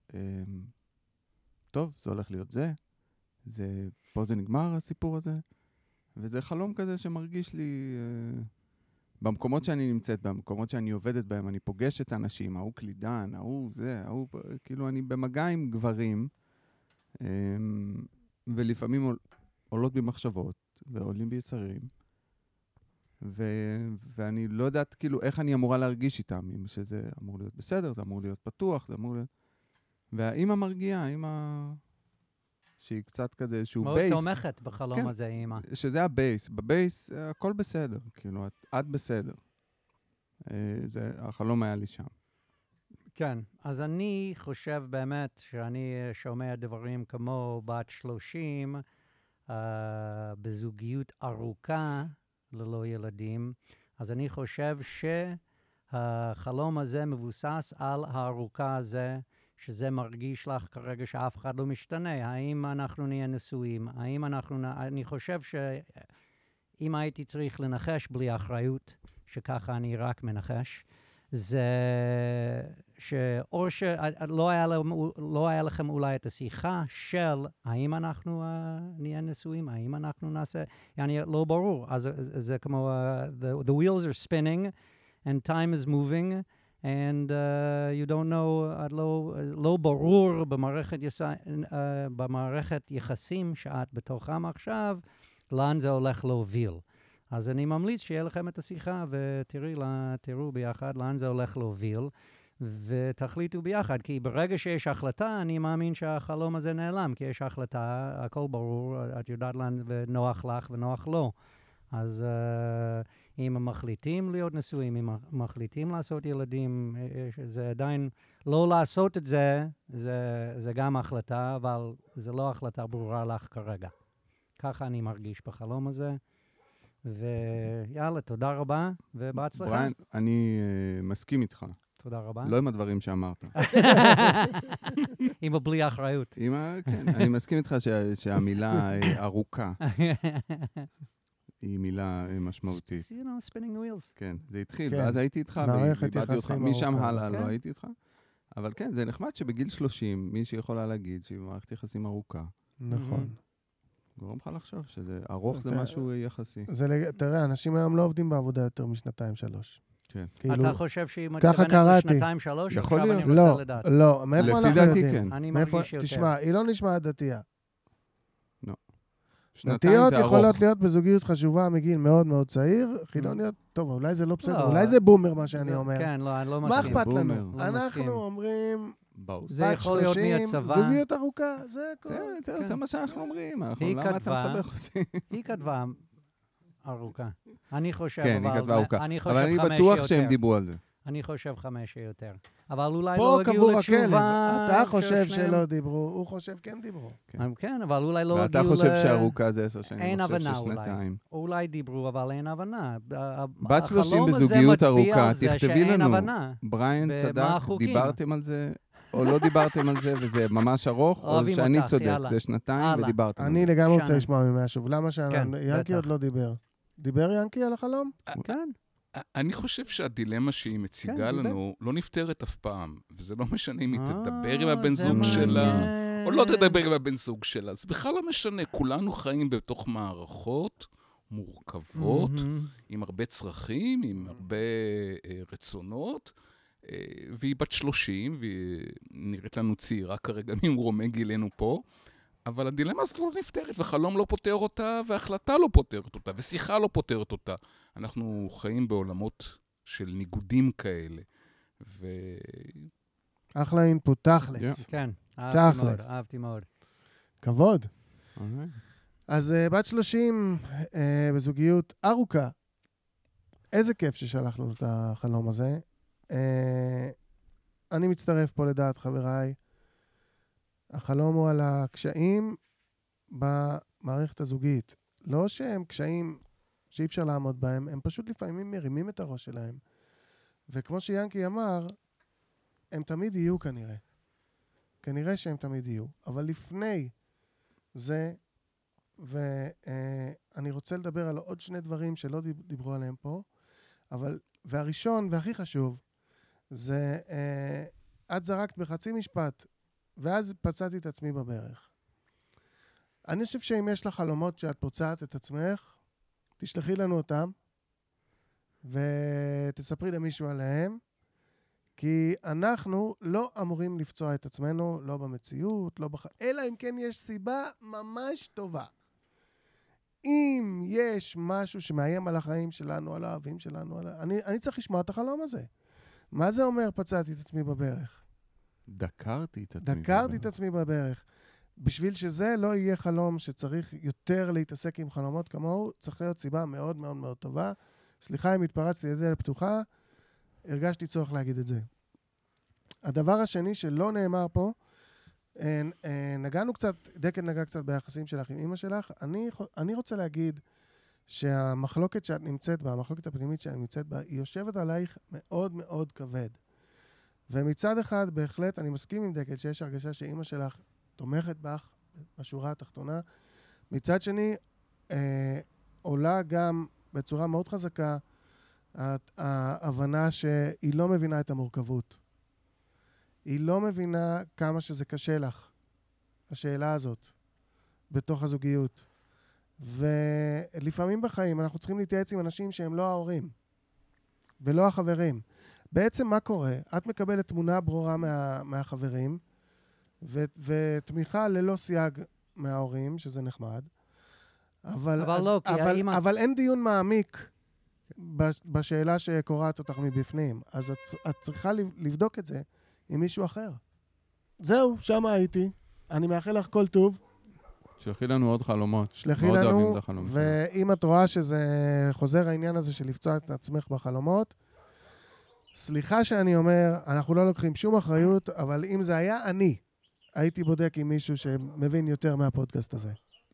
טוב, זה הולך להיות פה זה נגמר הסיפור הזה, וזה חלום כזה שמרגיש לי, במקומות שאני נמצאת, במקומות שאני עובדת בהם, אני פוגש את האנשים, ההוא קלידן, כאילו אני במגע עם גברים, ולפעמים עולות בי מחשבות, ועולים בי יצרים, ואני לא יודעת כאילו איך אני אמורה להרגיש איתם, אם שזה אמור להיות בסדר, זה אמור להיות פתוח, זה אמור להיות... והאמא מרגיעה, האמא שהיא קצת כזה, שהוא בייס. מאוד תומכת בחלום הזה, האמא. שזה הבייס. בבייס הכל בסדר, כאילו, את בסדר. החלום היה לי שם. כן, אז אני חושב באמת שאני שומע דברים כמו בת 30, בזוגיות ארוכה ללא ילדים, אז אני חושב שהחלום הזה מבוסס על הארוכה הזה, שזה מרגיש לך כרגע שאף אחד לא משתנה. האם אנחנו נהיה נשואים? אני חושב שאם הייתי צריך לנחש בלי אחריות, שככה אני רק מנחש, זה שאו שלא היה לכם אולי את השיחה של האם אנחנו נהיה נשואים, האם אנחנו נעשה, לא ברור. אז זה כמו, the wheels are spinning and time is moving and you don't know, לא ברור במערכת יחסים שאת בתוכם עכשיו, לאן זה הולך להוביל. אז אני ממליץ שיהיה לכם את השיחה ותראו ביחד לאן זה הולך להוביל, ותחליטו ביחד, כי ברגע שיש החלטה, אני מאמין שהחלום הזה נעלם, כי יש החלטה, הכל ברור, את יודעת לאן ונוח לך ונוח לו. אז אם הם מחליטים להיות נשואים, אם מחליטים לעשות ילדים, זה עדיין לא לעשות את זה, זה גם החלטה, אבל זה לא החלטה ברורה לך כרגע. ככה אני מרגיש בחלום הזה. ויאללה, תודה רבה, ובהצלחה. בריין, אני מסכים איתך. תודה רבה. לא עם הדברים שאמרת. עם בלי אחריות. כן, אני מסכים איתך שהמילה ארוכה היא מילה משמעותית. You know, spinning the wheels. כן, זה התחיל, ואז הייתי איתך, ואיבדתי אותך. משם הלאה לא הייתי איתך. אבל כן, זה נחמד שבגיל 30, מי שיכולה להגיד שהיא במערכת יחסים ארוכה. נכון. גורם לך לחשוב שזה ארוך זה משהו יחסי. תראה, אנשים היום לא עובדים בעבודה יותר מ2-3. כן. אתה חושב שהיא מתכוונת ל2-3? יכול להיות. לא, מאיפה אנחנו יודעים? לפי דעתי כן. אני מרגיש יותר. תשמע, היא לא נשמעת דתייה. לא. דתיות יכולות להיות בזוגיות חשובה מגיל מאוד מאוד צעיר, חילוניות, טוב, אולי זה לא בסדר, אולי זה בומר מה שאני אומר. כן, לא, אני לא מסכים. מה אכפת לנו? אנחנו אומרים... זה יכול להיות מהצבא. זוגיות ארוכה, זה מה שאנחנו אומרים. למה אתה מסבך אותי? היא כתבה ארוכה. אני חושב, כן, היא כתבה ארוכה. אבל אני בטוח שהם דיברו על זה. אני חושב 5 יותר. אבל אולי לא הגיעו לתשובה... פה קבור הכלב. אתה חושב שלא דיברו, הוא חושב כן דיברו. כן, אבל אולי לא הגיעו ואתה חושב שארוכה זה 10 שנים. אין הבנה אולי. אולי דיברו, אבל אין הבנה. בת 30 בזוגיות ארוכה, תכתבי לנו. בריין ומה צדק, החוקים? דיברתם על זה, או לא דיברתם על זה, וזה ממש ארוך, או שאני צודק, זה 2 ודיברתם על זה. אני לגמרי רוצה לשמוע ממאה שוב. למה ינקי עוד לא דיבר? דיבר ינקי על החלום? כן. אני חושב שהדילמה שהיא מציגה לנו לא נפתרת אף פעם, וזה לא משנה אם היא תדבר עם הבן זוג שלה, או לא תדבר עם הבן זוג שלה. זה בכלל לא משנה, כולנו חיים בתוך מערכות מורכבות, עם הרבה צרכים, עם הרבה רצונות, והיא בת 30, והיא נראית לנו צעירה כרגע ממרומי גילנו פה, אבל הדילמה הזאת לא נפתרת, וחלום לא פותר אותה, והחלטה לא פותרת אותה, ושיחה לא פותרת אותה. אנחנו חיים בעולמות של ניגודים כאלה, אחלה אינפוט, תכלס. כן, תכלס. אהבתי מאוד. כבוד. אז בת 30 בזוגיות ארוכה. איזה כיף ששלח לנו את החלום הזה. אני מצטרף פה לדעת חבריי. החלום הוא על הקשיים במערכת הזוגית. לא שהם קשיים שאי אפשר לעמוד בהם, הם פשוט לפעמים מרימים את הראש שלהם. וכמו שיאנקי אמר, הם תמיד יהיו כנראה. כנראה שהם תמיד יהיו. אבל לפני זה, ואני רוצה לדבר על עוד שני דברים שלא דיברו עליהם פה, והראשון והכי חשוב, זה את זרקת בחצי משפט, ואז פצעתי את עצמי בברך. אני חושב שאם יש לך חלומות שאת פוצעת את עצמך, תשלחי לנו אותם, ותספרי למישהו עליהם, כי אנחנו לא אמורים לפצוע את עצמנו, לא במציאות, אלא אם כן יש סיבה ממש טובה. אם יש משהו שמאיים על החיים שלנו, על האהבים שלנו, אני צריך לשמוע את החלום הזה. מה זה אומר פצעתי את עצמי בברך? דקרתי את עצמי בברך. בשביל שזה לא יהיה חלום שצריך יותר להתעסק עם חלומות כמוהו, צריך להיות סיבה מאוד מאוד מאוד טובה. סליחה אם התפרצתי לדלת פתוחה, הרגשתי צורך להגיד את זה. הדבר השני שלא נאמר פה, נגענו קצת, דקל נגע קצת ביחסים שלך עם אמא שלך, אני רוצה להגיד שהמחלוקת שאת נמצאת בה, המחלוקת הפנימית שאת נמצאת בה, היא יושבת עלייך מאוד מאוד כבד. ומצד אחד, בהחלט, אני מסכים עם דקל שיש הרגשה שאמא שלך תומכת בך בשורה התחתונה. מצד שני, עולה גם בצורה מאוד חזקה ההבנה שהיא לא מבינה את המורכבות. היא לא מבינה כמה שזה קשה לך, השאלה הזאת, בתוך הזוגיות. ולפעמים בחיים אנחנו צריכים להתייעץ עם אנשים שהם לא ההורים, ולא החברים. בעצם מה קורה? את מקבלת תמונה ברורה מהחברים, ותמיכה ללא סייג מההורים, שזה נחמד. אבל אין דיון מעמיק בשאלה שקוראת אותך מבפנים. אז את צריכה לבדוק את זה עם מישהו אחר. זהו, שם הייתי. אני מאחל לך כל טוב. שלחי לנו עוד חלומות. שלחי לנו, ואם את רואה שזה חוזר העניין הזה של לפצוע את עצמך בחלומות, סליחה שאני אומר, אנחנו לא לוקחים שום אחריות, אבל אם זה היה אני, הייתי בודק עם מישהו שמבין יותר מהפודקאסט הזה.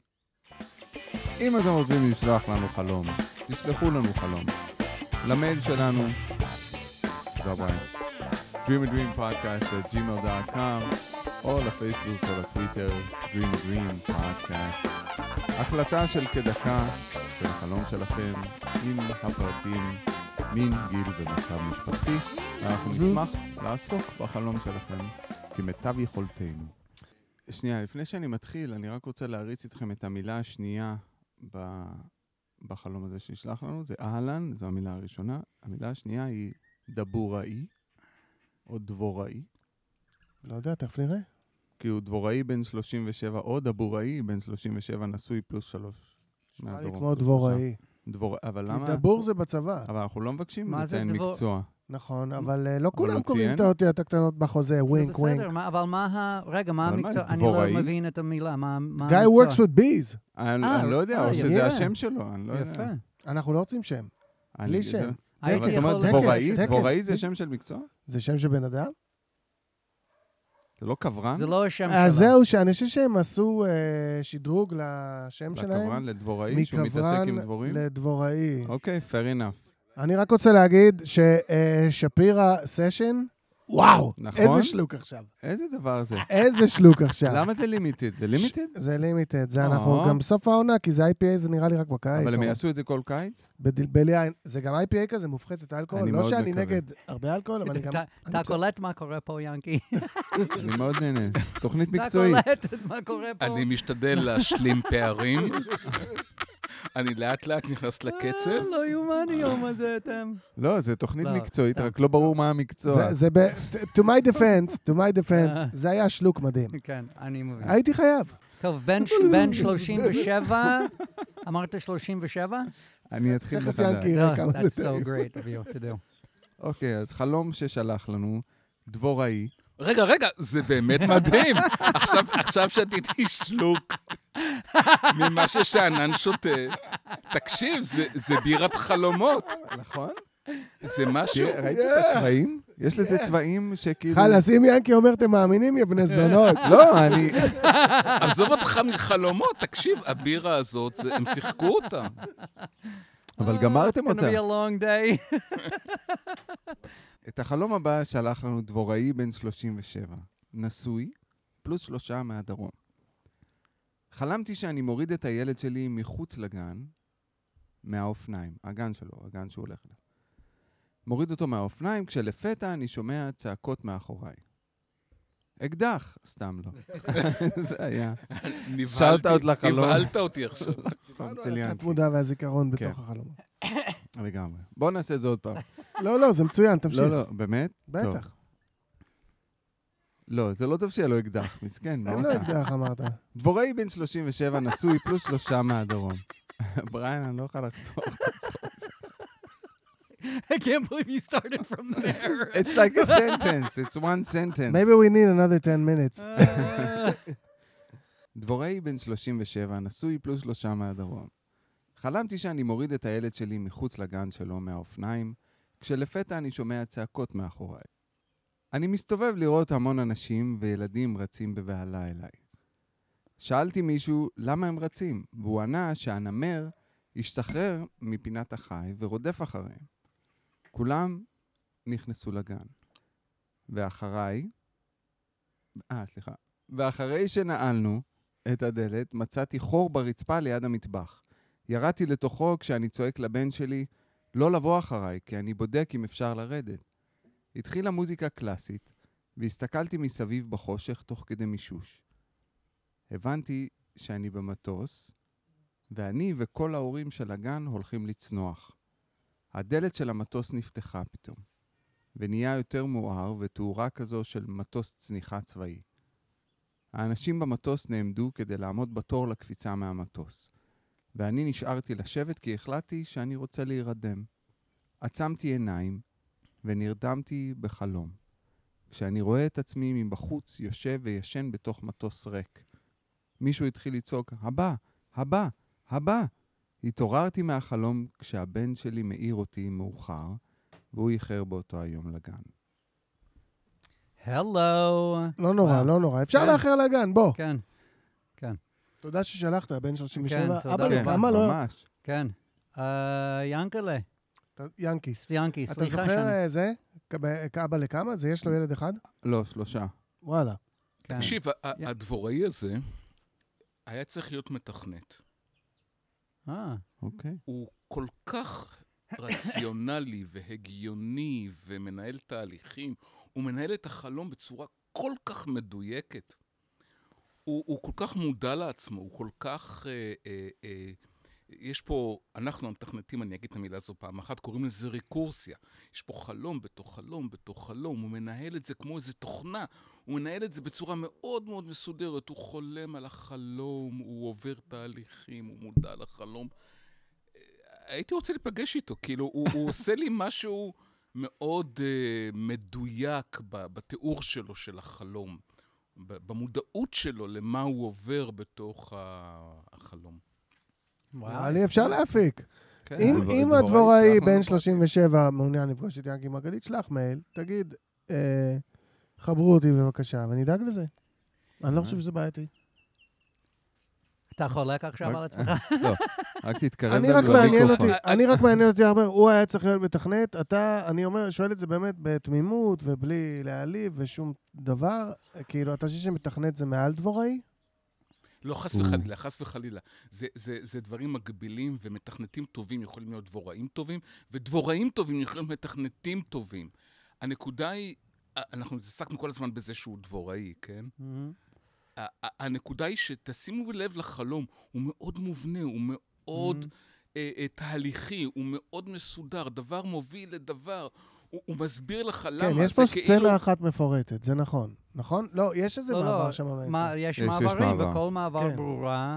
אם אתם רוצים לשלוח לנו חלום, תשלחו לנו חלום. למייל שלנו, dreamadreampodcast@gmail.com או לפייסבוק או לטוויטר, Dream a Dream Podcast. הקלטה של כדקה של החלום שלכם עם הפרטים, מין, גיל ומצב משפחתי. אנחנו נשמח לעסוק בחלום שלכם כמיטב יכולתנו. שנייה, לפני שאני מתחיל, אני רק רוצה להריץ איתכם את המילה השנייה בחלום הזה שישלח לנו. זה אהלן, זו המילה הראשונה. המילה השנייה היא דבוראי, או דבוראי. לא יודע, תכף נראה. כי הוא דבוראי בן 37, או דבוראי בן 37, נשוי פלוס 3. נשמע לי כמו דבוראי. אבל למה? כי דבור זה בצבא. אבל אנחנו לא מבקשים לציין מקצוע. נכון, אבל לא כולם קוראים את האותיות הקטנות בחוזה, ווינק ווינק. אבל רגע, מה המקצוע? אני לא מבין את המילה, מה המקצוע? Guy works with bees. אני לא יודע, או שזה השם שלו, אני לא יודע. יפה. אנחנו לא רוצים שם. בלי שם. אבל אתה אומר דבוראי? דבוראי זה שם של מקצוע? זה שם של בן אדם? זה לא קברן? זה לא השם שלו. אז זהו, שאני חושב שהם עשו שדרוג לשם שלהם. לקברן, לדבוראי, שהוא מתעסק עם דבורים? מקברן לדבוראי. אוקיי, fair enough. אני רק רוצה להגיד ששפירה סשן וואו, נכון? איזה שלוק עכשיו. איזה דבר זה? איזה שלוק עכשיו. למה זה לימיטד? זה לימיטד? זה לימיטד, זה אנחנו גם בסוף העונה, כי זה IPA, זה נראה לי רק בקיץ. אבל הם יעשו את זה כל קיץ? בליין, זה גם IPA כזה, מופחתת אלכוהול. אני לא מאוד שאני מקווה. נגד הרבה אלכוהול, אבל אני גם... אתה קולט מה קורה פה, ינקי? אני מאוד נהנה. תוכנית אתה מקצועית. קולט מה קורה פה? אני משתדל להשלים פערים. אני לאט לאט נכנס לקצב. לא יאומן היום הזה, אתם. לא, זה תוכנית לא, מקצועית, סתם. רק לא ברור מה המקצוע. to my defense, זה היה שלוק מדהים. כן, אני מבין. הייתי חייב. טוב, בן 37, אמרת 37? אני אתחיל תכף מחדש. ינקי יראה כמה זה That's so טעים. great of you to do. אוקיי, אז חלום ששלח לנו, דבוראי. רגע, זה באמת מדהים. עכשיו שתיתי שלוק ממה ששאנן שותה. תקשיב, זה בירת חלומות. נכון? זה משהו... ראית את הצבעים? יש לזה צבעים שכאילו... חלאס, אם ינקי אומר, אתם מאמינים, יא בני זונות. לא, אני... עזוב אותך מחלומות, תקשיב, הבירה הזאת, הם שיחקו אותה. אבל גמרתם It's gonna אותה. be a long day. את החלום הבא שלח לנו דבוראי בן 37, נשוי, פלוס 3 מהדרום. חלמתי שאני מוריד את הילד שלי מחוץ לגן, מהאופניים, הגן שלו, הגן שהוא הולך אליו. מוריד אותו מהאופניים, כשלפתע אני שומע צעקות מאחוריי. אקדח, סתם לא. זה היה. שאלת עוד לחלום. נבהלת אותי עכשיו. של ינקי. התמודה והזיכרון כן. בתוך החלום. לגמרי. בוא נעשה את זה עוד פעם. לא, זה מצוין, תמשיך. לא, באמת? טוב. בטח. לא, זה לא טוב שיהיה לו אקדח, מסכן, מה אין לו עושה? אקדח, אמרת. דבוראי בן 37, נשוי, פלוס 3 מהדרום. בריין, אני לא יכול לחתוך. I can't believe you started from there. It's like a sentence, it's one sentence. Maybe we need another 10 minutes. דבוראי בן 37, נשוי, פלוס 3 מהדרום. חלמתי שאני מוריד את הילד שלי מחוץ לגן שלו מהאופניים, כשלפתע אני שומע צעקות מאחוריי. אני מסתובב לראות המון אנשים וילדים רצים בבהלה אליי. שאלתי מישהו למה הם רצים, והוא ענה שהנמר השתחרר מפינת החי ורודף אחריהם. כולם נכנסו לגן. ואחרי שנעלנו את הדלת, מצאתי חור ברצפה ליד המטבח. ירדתי לתוכו כשאני צועק לבן שלי לא לבוא אחריי, כי אני בודק אם אפשר לרדת. התחילה מוזיקה קלאסית, והסתכלתי מסביב בחושך תוך כדי מישוש. הבנתי שאני במטוס, ואני וכל ההורים של הגן הולכים לצנוח. הדלת של המטוס נפתחה פתאום, ונהיה יותר מואר ותאורה כזו של מטוס צניחה צבאי. האנשים במטוס נעמדו כדי לעמוד בתור לקפיצה מהמטוס, ואני נשארתי לשבת כי החלטתי שאני רוצה להירדם. עצמתי עיניים ונרדמתי בחלום, כשאני רואה את עצמי מבחוץ יושב וישן בתוך מטוס ריק. מישהו התחיל לצעוק, הבא, הבא, הבא. התעוררתי מהחלום כשהבן שלי מעיר אותי מאוחר, והוא איחר באותו היום לגן. Hello. לא נורא. אפשר כן. לאחר לגן, בוא. כן, תודה ששלחת, בן 37. כן, תודה אבא, רבה. כמה לא... ממש. כן. ינקלה. ינקיס. ינקי, אתה סליחה זוכר זה? כאבא לכמה? זה יש לו ילד אחד? לא, 3. וואלה. כן. תקשיב, הדבוראי הזה היה צריך להיות מתכנת. אוקיי. הוא כל כך רציונלי והגיוני ומנהל תהליכים. הוא מנהל את החלום בצורה כל כך מדויקת. הוא כל כך מודע לעצמו, הוא כל כך... יש פה, אנחנו המתכנתים, אני אגיד את המילה הזו פעם אחת, קוראים לזה ריקורסיה. יש פה חלום בתוך חלום בתוך חלום, הוא מנהל את זה כמו איזו תוכנה, הוא מנהל את זה בצורה מאוד מאוד מסודרת, הוא חולם על החלום, הוא עובר תהליכים, הוא מודע לחלום. הייתי רוצה לפגש איתו, כאילו, הוא עושה לי משהו מאוד מדויק בתיאור שלו של החלום, במודעות שלו למה הוא עובר בתוך החלום. נראה לי אפשר להפיק. כן, אם הדבוראי בן 37 מעוניין לפגוש את ינקי מרגלית, שלח מייל, תגיד, חברו אותי בבקשה, ונדאג לזה. אני לא חושב שזה בעייתי. אתה חולק עכשיו על עצמך? לא. רק תתקרב אני רק מעניין אותי, הרבה, הוא היה צריך להיות מתכנת, אני שואל את זה באמת בתמימות ובלי להעליב ושום דבר, כאילו, אתה חושב שמתכנת זה מעל דבוראי? לא, חס וחלילה, חס וחלילה. זה דברים מגבילים, ומתכנתים טובים יכולים להיות דבוראים טובים, ודבוראים טובים יכולים להיות מתכנתים טובים. הנקודה היא, אנחנו עסקנו כל הזמן בזה שהוא דבוראי, כן? הנקודה היא שתשימו לב לחלום, הוא מאוד מובנה, הוא מאוד תהליכי, הוא מאוד מסודר, דבר מוביל לדבר, הוא מסביר לך למה. כן, יש פה סצנה אחת מפורטת, זה נכון. נכון? לא, יש איזה מעבר שם באמצע. יש מעברים, וכל מעבר ברורה.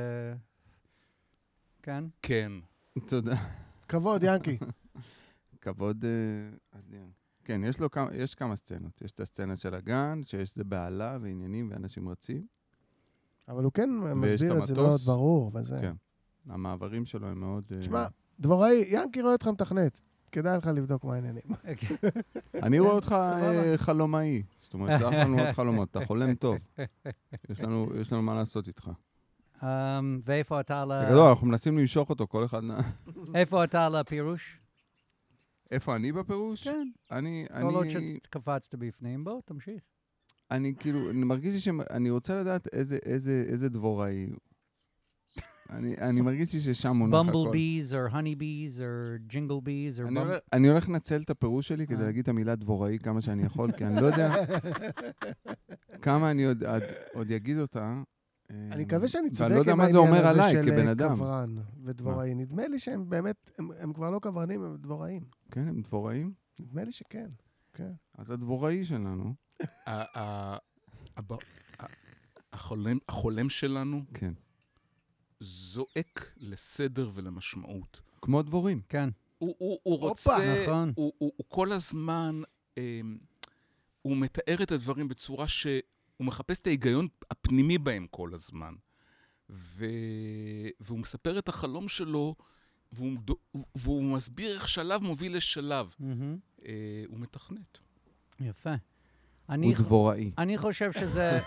כן? כן. תודה. כבוד, ינקי. כבוד אדיר. כן, יש כמה סצנות. יש את הסצנה של הגן, שיש זה בעלה ועניינים ואנשים רצים. אבל הוא כן מסביר את זה מאוד ברור, וזה. כן. המעברים שלו הם מאוד... תשמע, דבוראי, ינקי רואה אותך מתכנת. כדאי לך לבדוק מה העניינים. אני רואה אותך חלומאי. זאת אומרת, שלח לנו עוד חלומות. אתה חולם טוב. יש לנו מה לעשות איתך. ואיפה אתה זה גדול, אנחנו מנסים למשוך אותו, כל אחד... איפה אתה על הפירוש? איפה אני בפירוש? כן. כל עוד שקפצת בפנים, בוא, תמשיך. אני כאילו, אני מרגיש שאני רוצה לדעת איזה דבוראי. אני מרגיש ששם מונח הכל. במבל ביז, או הני ביז, או ג'ינגל ביז, או במבל... אני הולך לנצל את הפירוש שלי כדי להגיד את המילה דבוראי כמה שאני יכול, כי אני לא יודע כמה אני עוד אגיד אותה. אני מקווה שאני צודק ואני לא יודע מה זה אומר עליי כבן אדם. קברן ודבוראי. נדמה לי שהם באמת, הם כבר לא קברנים, הם דבוראים. כן, הם דבוראים? נדמה לי שכן, כן. אז הדבוראי שלנו. החולם שלנו כן. זועק לסדר ולמשמעות. כמו דבורים. כן. הוא רוצה, נכון. הוא כל הזמן, הוא מתאר את הדברים בצורה שהוא מחפש את ההיגיון הפנימי בהם כל הזמן. והוא מספר את החלום שלו, והוא מסביר איך שלב מוביל לשלב. הוא מתכנת. יפה. הוא דבוראי. אני חושב שזה...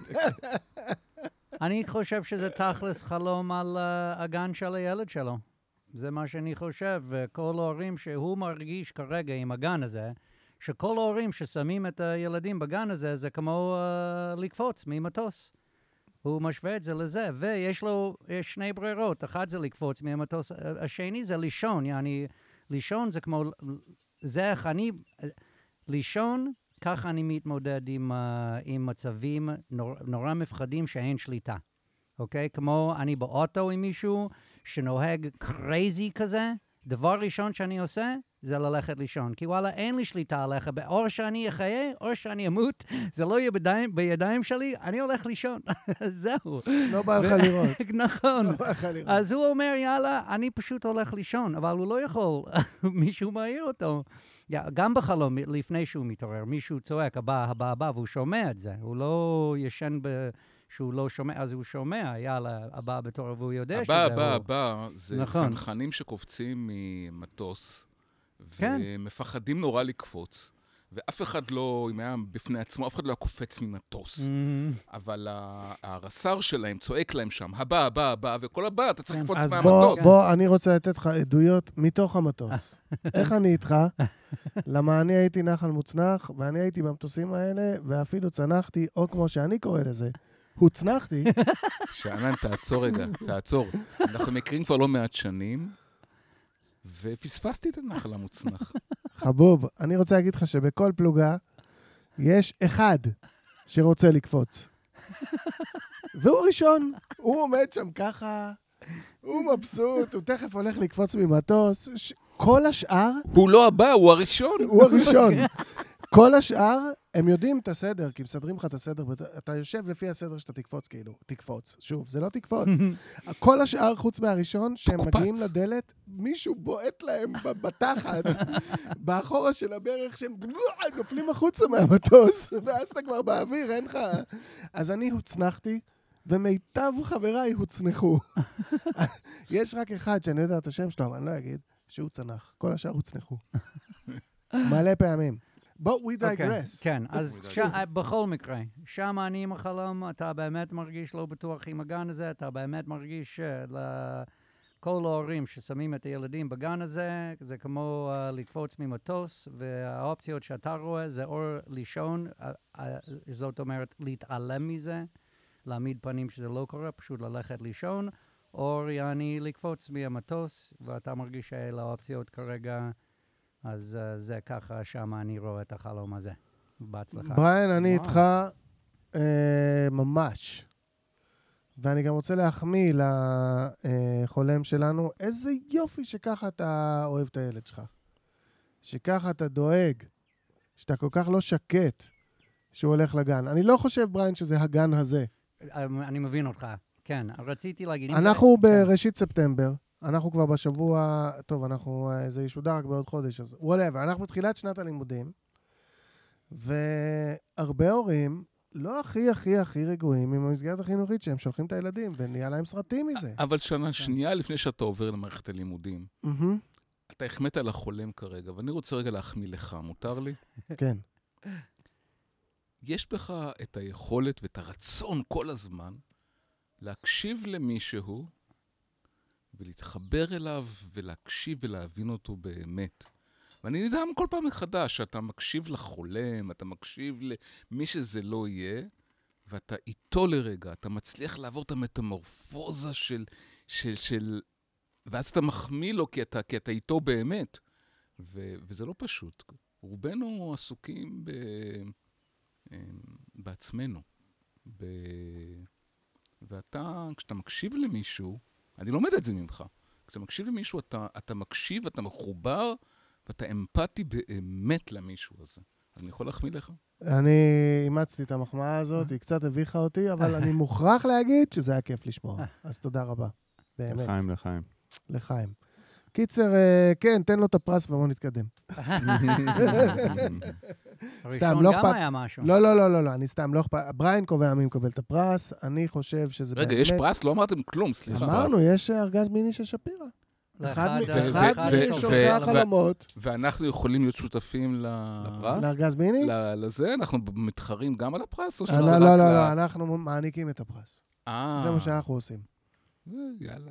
אני חושב שזה תכלס חלום על הגן של הילד שלו. זה מה שאני חושב, וכל ההורים שהוא מרגיש כרגע עם הגן הזה, שכל ההורים ששמים את הילדים בגן הזה, זה כמו לקפוץ ממטוס. הוא משווה את זה לזה, ויש לו שני ברירות. אחד זה לקפוץ ממטוס, השני זה לישון. יעני, לישון זה כמו... זה איך אני... לישון... ככה אני מתמודד עם מצבים נורא מפחדים שאין שליטה. אוקיי? כמו אני באוטו עם מישהו שנוהג קרייזי כזה, דבר ראשון שאני עושה זה ללכת לישון. כי וואלה, אין לי שליטה עליך. או שאני אחיה, או שאני אמות, זה לא יהיה בידיים שלי, אני הולך לישון. זהו. לא בא לך לראות. נכון. לא בא לך לראות. אז הוא אומר, יאללה, אני פשוט הולך לישון, אבל הוא לא יכול. מישהו מעיר אותו. גם בחלום, לפני שהוא מתעורר, מישהו צועק, הבא, והוא שומע את זה. הוא לא ישן שהוא לא שומע, אז הוא שומע, יאללה, הבא בתור, והוא יודע שזה הוא. הבא, זה צנחנים שקופצים ממטוס, ומפחדים נורא לקפוץ, ואף אחד לא, אם היה בפני עצמו, אף אחד לא היה קופץ ממטוס. אבל הרס"ר שלהם צועק להם שם, הבא, וכל הבא, אתה צריך לקפוץ מהמטוס. אז בוא, אני רוצה לתת לך עדויות מתוך המטוס. איך אני איתך? למה אני הייתי נחל מוצנח, ואני הייתי במטוסים האלה, ואפילו צנחתי, או כמו שאני קורא לזה, הוצנחתי. שאנן, תעצור רגע, תעצור. אנחנו מכירים כבר לא מעט שנים, ופספסתי את הנחל המוצנח. חבוב, אני רוצה להגיד לך שבכל פלוגה יש אחד שרוצה לקפוץ. והוא ראשון, הוא עומד שם ככה, הוא מבסוט, הוא תכף הולך לקפוץ ממטוס. כל השאר... הוא לא הבא, הוא הראשון. הוא הראשון. כל השאר, הם יודעים את הסדר, כי מסדרים לך את הסדר, אתה יושב לפי הסדר שאתה תקפוץ, כאילו, תקפוץ. שוב, זה לא תקפוץ. כל השאר, חוץ מהראשון, שהם מגיעים לדלת, מישהו בועט להם בתחת, באחורה של הברך, שהם נופלים החוצה מהמטוס, ואז אתה כבר באוויר, אין לך... אז אני הוצנחתי, ומיטב חבריי הוצנחו. יש רק אחד שאני יודע את השם שלו, אבל אני לא אגיד, שהוא צנח. כל השאר הוצנחו. מלא פעמים. But we digress. כן, אז בכל מקרה, שם אני עם החלום, אתה באמת מרגיש לא בטוח עם הגן הזה, אתה באמת מרגיש כל ההורים ששמים את הילדים בגן הזה, זה כמו לקפוץ ממטוס, והאופציות שאתה רואה זה או לישון, זאת אומרת להתעלם מזה, להעמיד פנים שזה לא קורה, פשוט ללכת לישון, או יעני לקפוץ מהמטוס, ואתה מרגיש שאלה האופציות כרגע, אז זה ככה שם אני רואה את החלום הזה. בהצלחה. בריין, אני איתך ממש. ואני גם רוצה להחמיא לחולם שלנו, איזה יופי שככה אתה אוהב את הילד שלך. שככה אתה דואג, שאתה כל כך לא שקט שהוא הולך לגן. אני לא חושב, בריין, שזה הגן הזה. אני מבין אותך, כן. רציתי להגיד... אנחנו בראשית ספטמבר, אנחנו כבר בשבוע, טוב, זה ישודר רק בעוד חודש, אז whatever, אנחנו בתחילת שנת הלימודים, והרבה הורים לא הכי רגועים עם המסגרת החינוכית שהם שולחים את הילדים, ונהיה להם סרטים מזה. אבל שנייה לפני שאתה עובר למערכת הלימודים, אתה החמאת על החולם כרגע, ואני רוצה רגע להחמיא לך, מותר לי? כן. יש בך את היכולת ואת הרצון כל הזמן להקשיב למישהו ולהתחבר אליו ולהקשיב ולהבין אותו באמת. ואני נדהם כל פעם מחדש שאתה מקשיב לחולם, אתה מקשיב למי שזה לא יהיה, ואתה איתו לרגע, אתה מצליח לעבור את המטמורפוזה של ואז אתה מחמיא לו כי אתה איתו באמת. וזה לא פשוט. רובנו עסוקים בעצמנו. ואתה, כשאתה מקשיב למישהו, אני לומד את זה ממך. כשאתה מקשיב למישהו, אתה מקשיב, אתה מחובר, ואתה אמפתי באמת למישהו הזה. אז אני יכול להחמיא לך? אני אימצתי את המחמאה הזאת, היא קצת הביכה אותי, אבל אני מוכרח להגיד שזה היה כיף לשמוע. אז תודה רבה. באמת. לחיים. לחיים. קיצר, כן, תן לו את הפרס ובואו נתקדם. הראשון גם היה משהו. לא, אני סתם, לא אכפת. בריין קובע מי מקבל את הפרס, אני חושב שזה באמת... רגע, יש פרס? לא אמרתם כלום, סליחה. אמרנו, יש ארגז מיני של שפירא. אחד משולחי החלומות. ואנחנו יכולים להיות שותפים לארגז מיני? לזה? אנחנו מתחרים גם על הפרס? לא, אנחנו מעניקים את הפרס. זה מה שאנחנו עושים. יאללה.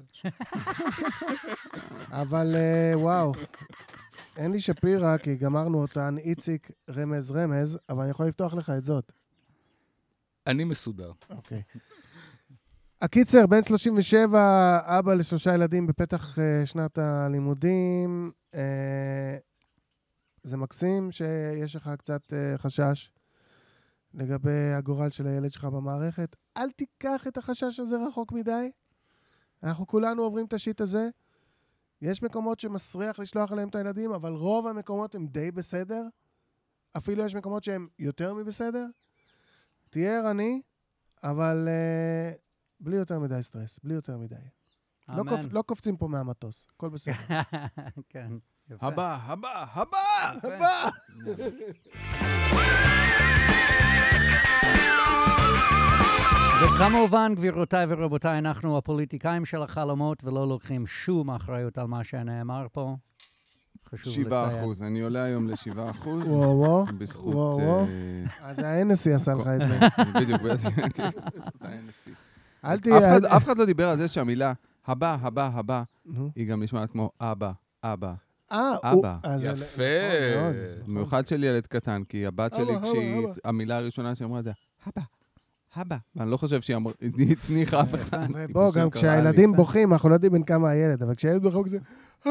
אבל וואו, אין לי שפירא, כי גמרנו אותן, איציק רמז, אבל אני יכול לפתוח לך את זאת. אני מסודר. אוקיי. הקיצר, בן 37, אבא ל3 ילדים בפתח שנת הלימודים. זה מקסים שיש לך קצת חשש לגבי הגורל של הילד שלך במערכת. אל תיקח את החשש הזה רחוק מדי. אנחנו כולנו עוברים את השיט הזה. יש מקומות שמסריח לשלוח עליהם את הילדים, אבל רוב המקומות הם די בסדר. אפילו יש מקומות שהם יותר מבסדר. תהיה ערני, אבל בלי יותר מדי סטרס, בלי יותר מדי. לא קופצים פה מהמטוס, הכל בסדר. כן, יפה. הבא! וכמובן, גבירותיי ורבותיי, אנחנו הפוליטיקאים של החלומות ולא לוקחים שום אחריות על מה שנאמר פה. חשוב לציין. 7%, אני עולה היום ל7%. וואו. בזכות... אז ה-NSC עשה לך את זה. בדיוק, אף אחד לא דיבר על זה שהמילה הבא, היא גם נשמעת כמו אבא. יפה. במיוחד של ילד קטן, כי הבת שלי, המילה הראשונה שאמרה זה, הבא. ואני לא חושב שהיא הצניחה אף אחד. בוא, גם כשהילדים בוכים, אנחנו לא יודעים בין כמה הילד, אבל כשהילד בוכים זה, אבא.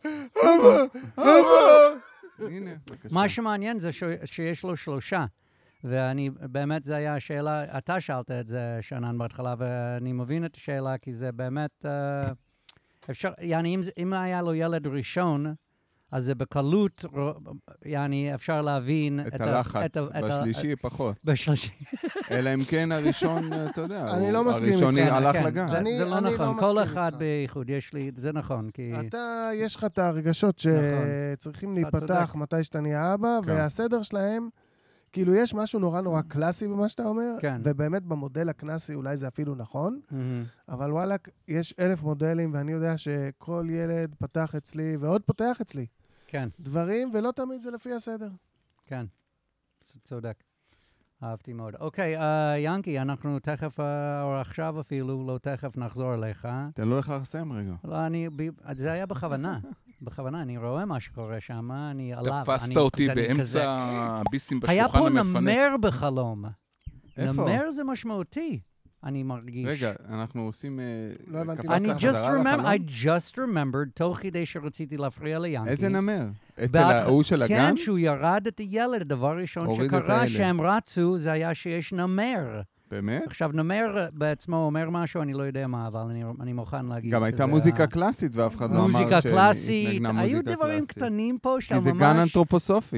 הנה, בבקשה. מה שמעניין זה שיש לו 3. ואני, באמת זה היה השאלה, אתה שאלת את זה, שנן, בהתחלה, ואני מבין את השאלה, כי זה באמת, אפשר, יעני, אם היה לו ילד ראשון, אז זה בקלות, יעני, אפשר להבין את הלחץ, בשלישי פחות. בשלישי. אלא אם כן הראשון, אתה יודע, אני לא מסכים איתך. הראשוני הלך לגן. זה לא נכון, כל אחד בייחוד, יש לי, זה נכון, כי... אתה, יש לך את הרגשות שצריכים להיפתח מתי שאתה נהיה אבא, והסדר שלהם, כאילו יש משהו נורא קלאסי במה שאתה אומר, ובאמת במודל הקלאסי אולי זה אפילו נכון, אבל וואלה, יש 1000 מודלים, ואני יודע שכל ילד פתח אצלי, ועוד פותח אצלי. כן. דברים, ולא תמיד זה לפי הסדר. כן, צודק. אהבתי מאוד. אוקיי, ינקי, אנחנו תכף, או עכשיו אפילו, לא תכף נחזור אליך. תן לו לך לסיים רגע. לא, זה היה בכוונה. בכוונה, אני רואה מה שקורה שם, אני עליו. תפסת אותי באמצע הביסים בשולחן היה פה המפנק. נמר בחלום. איפה? נמר זה משמעותי, אני מרגיש. רגע, אנחנו עושים... לא הבנתי אני מה I just remembered, תוך כדי שרציתי להפריע ליאנקי. איזה נמר? אצל ההוא של הגן? כן, שהוא ירד את הילד, הדבר ראשון הוריד את שקרה הילד. שהם רצו, זה היה שיש נמר. באמת? עכשיו, נמר בעצמו אומר משהו, אני לא יודע מה, אבל אני מוכן להגיד. גם הייתה מוזיקה קלאסית, ואף אחד לא אמר מוזיקה קלאסית, שנגנה היו מוזיקה דברים קלאסית. קטנים פה כי שם זה גן ממש. אנתרופוסופי.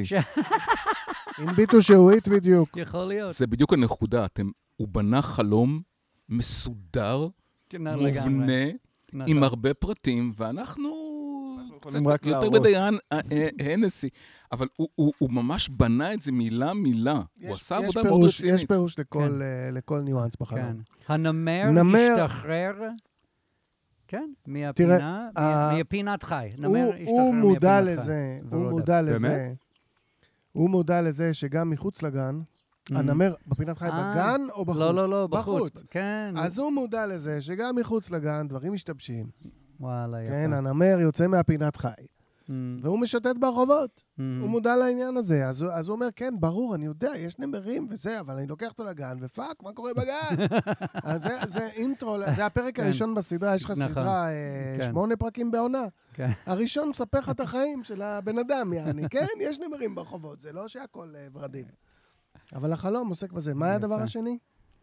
הנביטו שהועית בדיוק. יכול להיות. זה בדיוק הנקודה, הוא בנה חלום מסודר, כן, לגמרי. מובנה, נכון. עם הרבה פרטים, ואנחנו קצת יכולים רק יותר להרוס. מדי הנסי. אבל הוא ממש בנה את זה מילה. הוא עשה עבודה מאוד רצינית. יש פירוש לכל ניואנס בחלום. כן. הנמר נמר- השתחרר, כן, מהפינה, מהפינת חי. נמר השתחרר הוא מודע מהפינת חי. לזה, הוא ורודף. מודע באמת? לזה. הוא מודע לזה שגם מחוץ לגן, הנמר בפינת חי בגן או בחוץ? לא, בחוץ. כן. אז הוא מודע לזה שגם מחוץ לגן דברים משתבשים. וואלה, יפה. כן, הנמר יוצא מהפינת חי. והוא משוטט ברחובות. הוא מודע לעניין הזה. אז הוא אומר, כן, ברור, אני יודע, יש נמרים וזה, אבל אני לוקח אותו לגן, ופאק, מה קורה בגן? אז זה אינטרו, זה הפרק הראשון בסדרה, יש לך נכון. סדרה, כן. 8 פרקים בעונה. כן. הראשון מספר לך את החיים של הבן אדם, יעני. כן, יש נמרים ברחובות, זה לא שהכל ורדים. אבל החלום עוסק בזה. מה היה הדבר השני?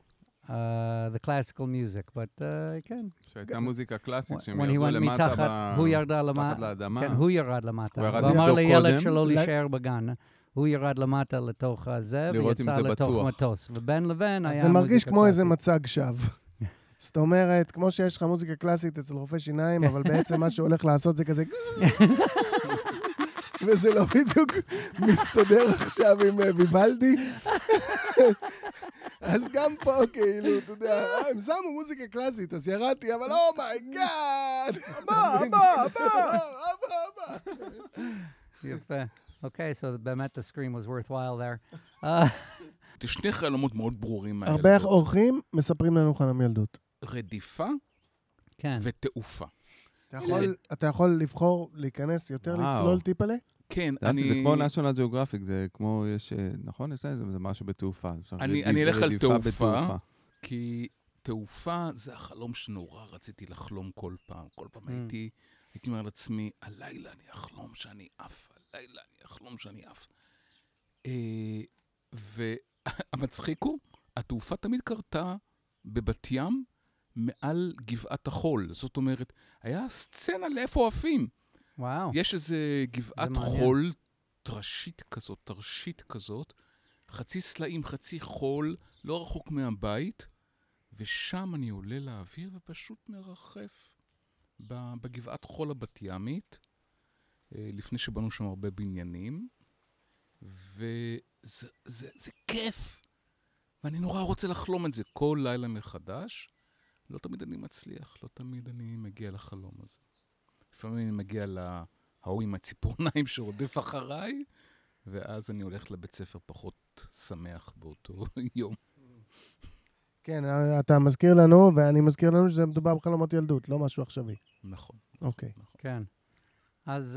The classical music, but כן. שהייתה מוזיקה קלאסית, שהם When he ירדו went למטה מתחת, הוא ירד מתחת לאדמה. כן, הוא ירד למטה. הוא ירד הוא אמר לבדוק לילד קודם. שלו להישאר בגן. הוא ירד למטה לתוך זה, לראות אם ויצא זה לתוך בטוח. מטוס. ובין לבין אז היה זה מרגיש מוזיקה כמו איזה קלאסית. מצג שווא. זאת אומרת, כמו שיש לך מוזיקה קלאסית אצל רופא שיניים, אבל בעצם מה שהולך לעשות זה כזה... וזה לא בדיוק מסתדר עכשיו עם ויוולדי. אז גם פה, כאילו, אתה יודע, הם שמו מוזיקה קלאסית, אז ירדתי, אבל אומייגאד! אבא. יפה. אוקיי, so באמת the scream was worthwhile there. שני חלומות מאוד ברורים מהילדות. הרבה אורחים מספרים לנו חלום ילדות. רדיפה כן. ותעופה. אתה יכול לבחור להיכנס יותר וואו. לצלול טיפלה? כן, זה כמו national geographic, זה כמו, יש, נכון? זה משהו בתעופה. אני אלך על רדיפה תעופה. בתעופה. כי תעופה זה החלום שנורא רציתי לחלום כל פעם. כל פעם הייתי אומר לעצמי, הלילה אני אחלום שאני עף, הלילה אני אחלום שאני עף. והמצחיק הוא, התעופה תמיד קרתה בבת ים מעל גבעת החול. זאת אומרת, היה סצנה לאיפה עפים. וואו. יש איזה גבעת חול, תרשית כזאת, חצי סלעים, חצי חול, לא רחוק מהבית, ושם אני עולה לאוויר ופשוט מרחף בגבעת חול הבת ימית, לפני שבנו שם הרבה בניינים, וזה כיף. ואני נורא רוצה לחלום את זה כל לילה מחדש. לא תמיד אני מצליח, לא תמיד אני מגיע לחלום הזה. לפעמים אני מגיע להוא עם הציפורניים שרודף אחריי, ואז אני הולך לבית ספר פחות שמח באותו יום. כן, אתה מזכיר לנו, ואני מזכיר לנו שזה מדובר בחלומות ילדות, לא משהו עכשווי. נכון. אוקיי. כן. אז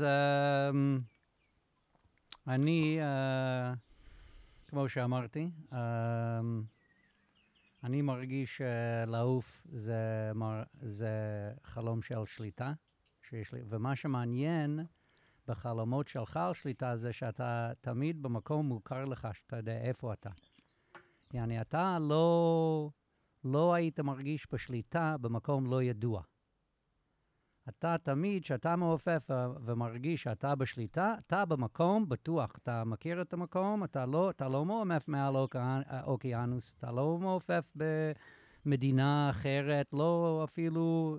אני, כמו שאמרתי, אני מרגיש לעוף זה חלום של שליטה, שיש לי, ומה שמעניין בחלומות שלך על שליטה זה שאתה תמיד במקום מוכר לך, שאתה יודע איפה אתה. יעני, אתה לא היית מרגיש בשליטה במקום לא ידוע. אתה תמיד, שאתה מעופף ומרגיש שאתה בשליטה, אתה במקום בטוח. אתה מכיר את המקום, אתה לא מעופף מעל האוקיינוס, אתה לא מעופף במדינה אחרת, לא אפילו...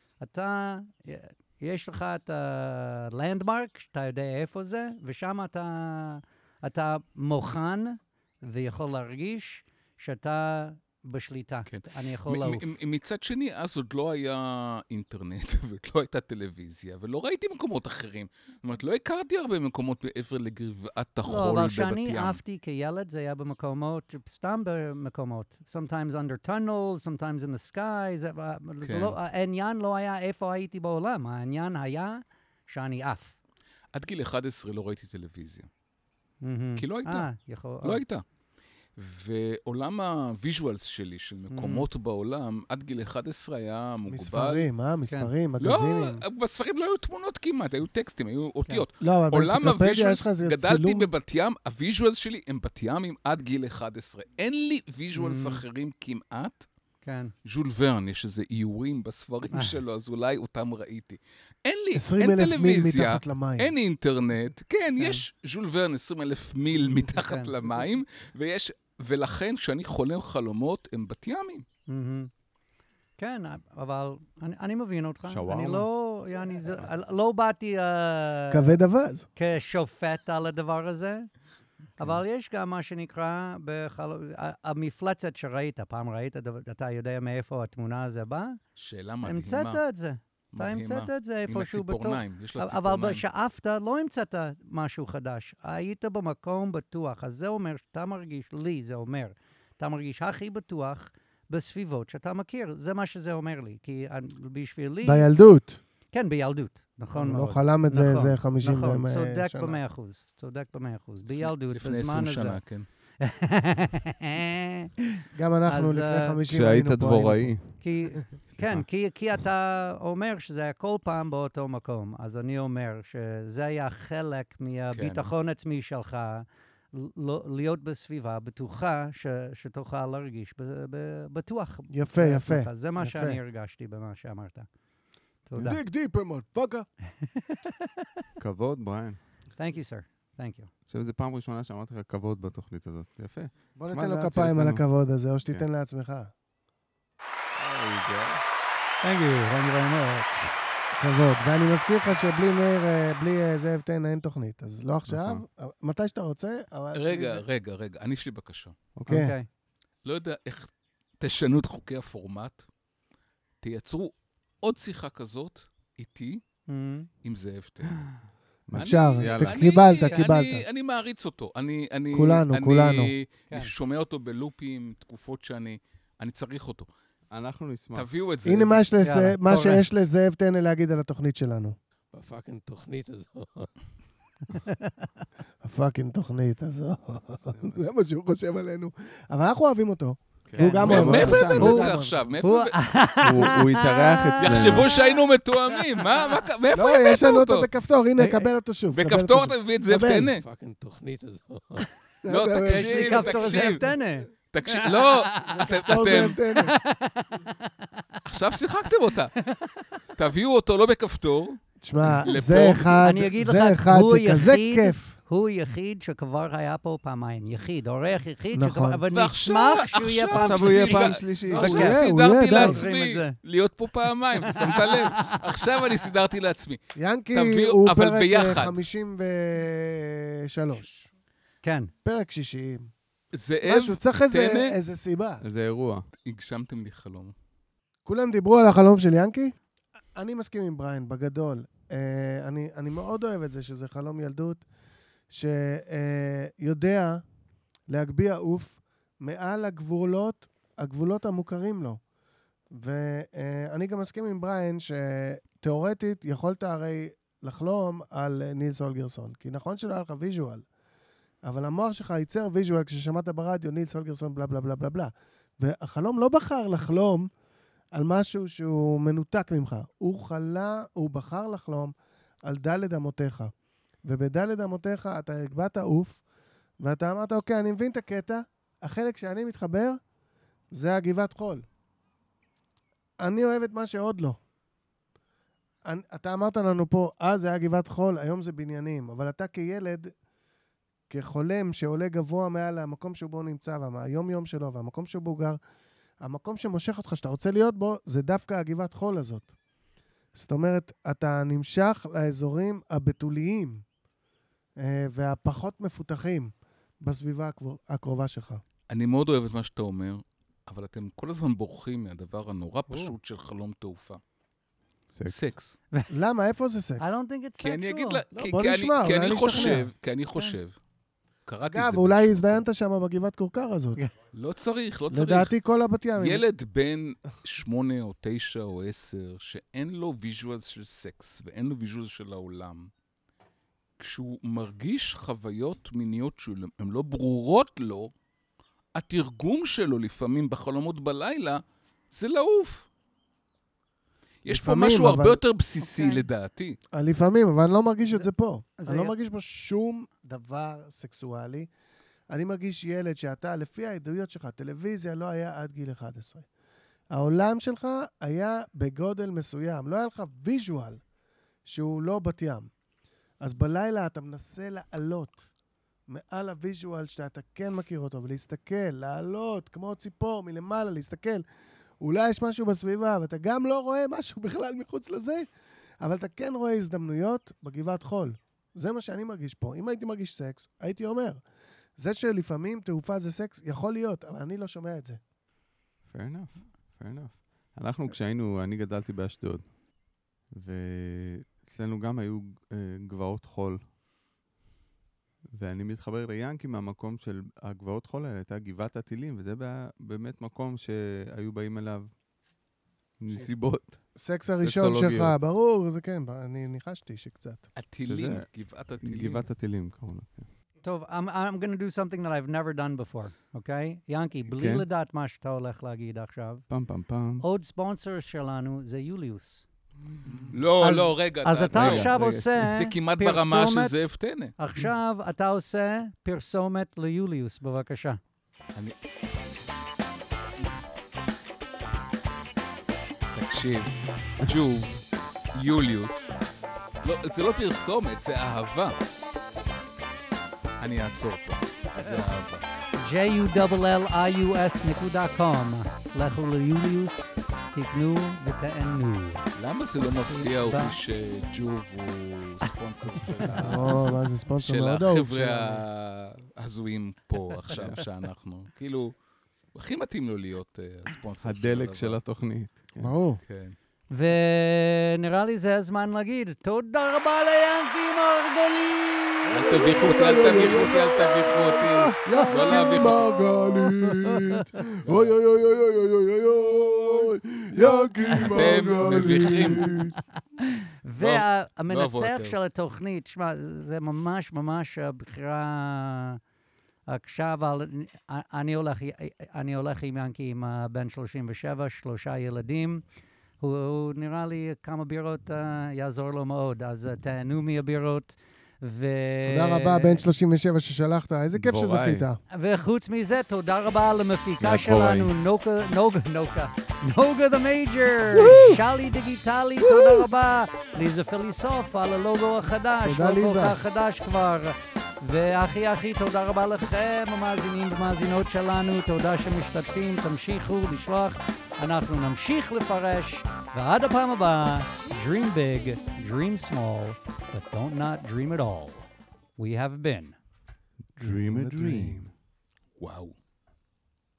יש לך את הלנדמרק, שאתה יודע איפה זה, ושם אתה מוכן ויכול להרגיש שאתה בשליטה. כן. אני יכול לעוף. מצד שני, אז עוד לא היה אינטרנט, ולא הייתה טלוויזיה, ולא ראיתי מקומות אחרים. זאת אומרת, לא הכרתי הרבה מקומות מעבר לגבעת החול לא, אבל בבת כשאני ים. עפתי כילד, זה היה במקומות, סתם במקומות. Sometimes under tunnels, sometimes in the sky. זה לא, העניין לא היה איפה הייתי בעולם, העניין היה שאני עף. עד גיל 11 לא ראיתי טלוויזיה. כי לא הייתה. יכול... לא הייתה. ועולם הוויז'ואלס שלי, של מקומות בעולם, עד גיל 11 היה מוגבל. מספרים, מספרים, מגזינים. לא, בספרים לא היו תמונות כמעט, היו טקסטים, היו אותיות. לא, אבל עולם באנציקלופדיה יש לך הוויז'ואלס, איזה גדלתי צילום. בבת ים, הוויז'ואלס שלי הם בת ימים עד גיל 11. אין לי ויז'ואלס אחרים כמעט. כן. ז'ול ורן, יש איזה איורים בספרים שלו, אז אולי אותם ראיתי. אין לי, 20,000 אין מיל טלוויזיה, מתחת למים. אין אינטרנט. כן, יש ז'ול ורן 20,000 מיל מתחת למים, ולכן כשאני חולם חלומות, הם בת ימים. כן, אבל אני מבין אותך. שווארמה. אני לא באתי כבד אבז. כשופט על הדבר הזה, אבל יש גם מה שנקרא, המפלצת שראית, פעם ראית, אתה יודע מאיפה התמונה הזו באה? שאלה מדהימה. המצאת את זה. אתה המצאת את זה איפשהו בתוך. יש לה ציפורניים. אבל כשאפת, לא המצאת משהו חדש. היית במקום בטוח. אז זה אומר שאתה מרגיש, לי זה אומר, אתה מרגיש הכי בטוח בסביבות שאתה מכיר. זה מה שזה אומר לי. כי בשבילי... בילדות. כן, בילדות. נכון מאוד. לא חלם את זה איזה 50 שנה. נכון, צודק ב-100%. בילדות, לפני בזמן 20 הזה. שנה, כן. גם אנחנו לפני 50 כשהיית היינו פה. דבוראי. כן, כי אתה אומר שזה היה כל פעם באותו מקום. אז אני אומר שזה היה חלק מהביטחון עצמי שלך, להיות בסביבה בטוחה שתוכל להרגיש בטוח. יפה, יפה. זה מה שאני הרגשתי במה שאמרת. תודה. Dig deeper, motherfucker. כבוד, בריין. Thank you, sir. Thank you. עכשיו, זו פעם ראשונה שאמרתי לך כבוד בתוכנית הזאת. יפה. בוא ניתן לו כפיים על הכבוד הזה, או שתיתן כן. לעצמך. Thank you very much. כבוד. ואני מזכיר לך שבלי מאיר, בלי זאב תן, אין תוכנית. אז לא עכשיו, מתי שאתה רוצה. רגע, אני יש לי בקשה. אוקיי. לא יודע איך תשנו את חוקי הפורמט, תייצרו עוד שיחה כזאת איתי עם זאב תן. אפשר, קיבלת. אני מעריץ אותו. כולנו. אני שומע אותו בלופים, תקופות שאני צריך אותו. אנחנו נשמח. תביאו את זה. הנה מה שיש לזאב תן להגיד על התוכנית שלנו. בפאקינג תוכנית הזו. הפאקינג תוכנית הזו. זה מה שהוא חושב עלינו. אבל אנחנו אוהבים אותו. כן. הוא גם אוהב אותנו. מאיפה הבאת את זה עכשיו? הוא התארח אצלנו. יחשבו שהיינו מתואמים. מאיפה הבאת אותו? לא, יש לנו אותו בכפתור. הנה, קבל אותו שוב. בכפתור אתה מביא את זאב תנה. פאקינג תוכנית הזו. לא, תקשיב. תקשיב. לא, כפתור זאב תן. עכשיו שיחקתם אותה. תביאו אותו לא בכפתור. תשמע, לפה. זה אחד שכזה כיף. הוא יחיד שכבר היה פה פעמיים. יחיד, אורח יחיד. נכון. ונשמח שהוא יהיה פעם עכשיו הוא יהיה שלישית. פעם שלישית. עכשיו הוא סידרתי יהיה, לעצמי להיות פה פעמיים, שמת לב? עכשיו אני סידרתי לעצמי. ינקי תביאו, הוא אבל פרק ביחד. 53. כן. פרק 60. זאב משהו, צריך תנה, איזה סיבה. זה אירוע. הגשמתם לי חלום. כולם דיברו על החלום של ינקי? אני מסכים עם בריין, בגדול. אני מאוד אוהב את זה, שזה חלום ילדות, שיודע להגביה עוף מעל הגבולות המוכרים לו. ואני גם מסכים עם בריין, שתיאורטית יכולת הרי לחלום על נילס הולגרסון, כי נכון שלא היה לך ויז'ואל, אבל המוח שלך ייצר ויז'ואל כששמעת ברדיו נילס הולגרסון בלה בלה בלה בלה בלה. והחלום לא בחר לחלום על משהו שהוא מנותק ממך. הוא בחר לחלום על דלת אמותיך. ובדלת אמותיך אתה הגבעת עוף, ואתה אמרת, אוקיי, אני מבין את הקטע, החלק שאני מתחבר, זה הגבעת חול. אני אוהב את מה שעוד לא. אתה אמרת לנו פה, זה היה גבעת חול, היום זה בניינים, אבל אתה כילד, כחולם שעולה גבוה מעל המקום שבו הוא נמצא, והיום-יום שלו, והמקום שבו הוא גר, המקום שמושך אותך, שאתה רוצה להיות בו, זה דווקא הגבעת חול הזאת. זאת אומרת, אתה נמשך לאזורים הבתוליים, והפחות מפותחים בסביבה הקרובה שלך. אני מאוד אוהב את מה שאתה אומר. אבל אתם כל הזמן בורחים מהדבר הנורא פשוט של חלום תעופה. סקס. למה? איפה זה סקס? I don't think it's כי אני אגיד sexual. לה, בוא נשמע, כי אולי אני נשתכנע. חושב, קראתי את אגב, זה. אולי באיזשהו הזדיינת מקום. שם בגבעת כורכר הזאת. לא צריך. לדעתי כל הבת ים. ילד בן 8 או 9 או 10, שאין לו ויז'ואלס של סקס, ואין לו ויז'ואלס של העולם, כשהוא מרגיש חוויות מיניות שהן לא ברורות לו, התרגום שלו לפעמים בחלומות בלילה, זה לעוף. יש פה משהו הרבה יותר בסיסי לדעתי. לפעמים, אבל אני לא מרגיש את זה פה. זה אני לא מרגיש פה שום דבר סקסואלי. אני מרגיש ילד שאתה, לפי העדויות שלך, טלוויזיה לא היה עד גיל 11. העולם שלך היה בגודל מסוים. לא היה לך ויז'ואל שהוא לא בת ים. אז בלילה אתה מנסה לעלות מעל הוויז'ואל שאתה כן מכיר אותו, ולהסתכל, לעלות כמו ציפור מלמעלה, להסתכל. אולי יש משהו בסביבה, ואתה גם לא רואה משהו בכלל מחוץ לזה, אבל אתה כן רואה הזדמנויות בגבעת חול. זה מה שאני מרגיש פה. אם הייתי מרגיש סקס, הייתי אומר. זה שלפעמים תעופה זה סקס, יכול להיות, אבל אני לא שומע את זה. fair enough. אנחנו אני גדלתי באשדוד, ואצלנו גם היו גבעות חול, ואני מתחבר ליאנקי מהמקום של הגבעות חול האלה, הייתה גבעת הטילים, וזה באמת מקום שהיו באים אליו נסיבות. סקס הראשון שלך, ברור, זה כן, אני ניחשתי שקצת. הטילים, גבעת הטילים. גבעת הטילים, קראו לה. טוב, I'm going to do something that I've never done before, אוקיי? ינקי, בלי לדעת מה שאתה הולך להגיד עכשיו. פעם. עוד ספונסר שלנו זה יוליוס. לא, רגע. אז אתה עכשיו עושה זה כמעט ברמה של זאב טנא. עכשיו אתה עושה פרסומת ליוליוס, בבקשה. תקשיב, ג'וב, יוליוס, זה לא פרסומת, זה אהבה. אני אעצור פה, זה אהבה. JULLIUS.com לכו ליוליוס, תקנו ותענו. למה זה לא מפתיע אותי שג'וב הוא ספונסר מה זה ספונסר של מאוד אהוב החבר'ה ההזויים פה עכשיו שאנחנו, כאילו, הכי מתאים לו להיות הספונסר. הדלק של התוכנית. ברור. ונראה לי זה הזמן להגיד, תודה רבה ליאנקי מרגלית! אל תביכו אותי. ינקי מרגלית! אוי, ינקי מרגלית! אתם מביכים. והמנצח של התוכנית, שמע, זה ממש הבחירה עכשיו, אני הולך עם ינקי עם בן 37, 3 ילדים. הוא נראה לי כמה בירות יעזור לו מאוד, אז תהנו מהבירות. תודה רבה, בן 37 ששלחת, איזה כיף שזכית. וחוץ מזה, תודה רבה למפיקה שלנו, נוגה דה מייג'ר, שלי דיגיטלי, תודה רבה, ליזה פליסוף על הלוגו החדש, תודה ליזה. החדש כבר. והכי תודה רבה לכם, המאזינים ומאזינות שלנו, תודה שמשתתפים, תמשיכו לשלוח, אנחנו נמשיך לפרש, ועד הפעם הבאה, dream big, dream small, but don't not dream at all. We have been Dream a dream. וואו.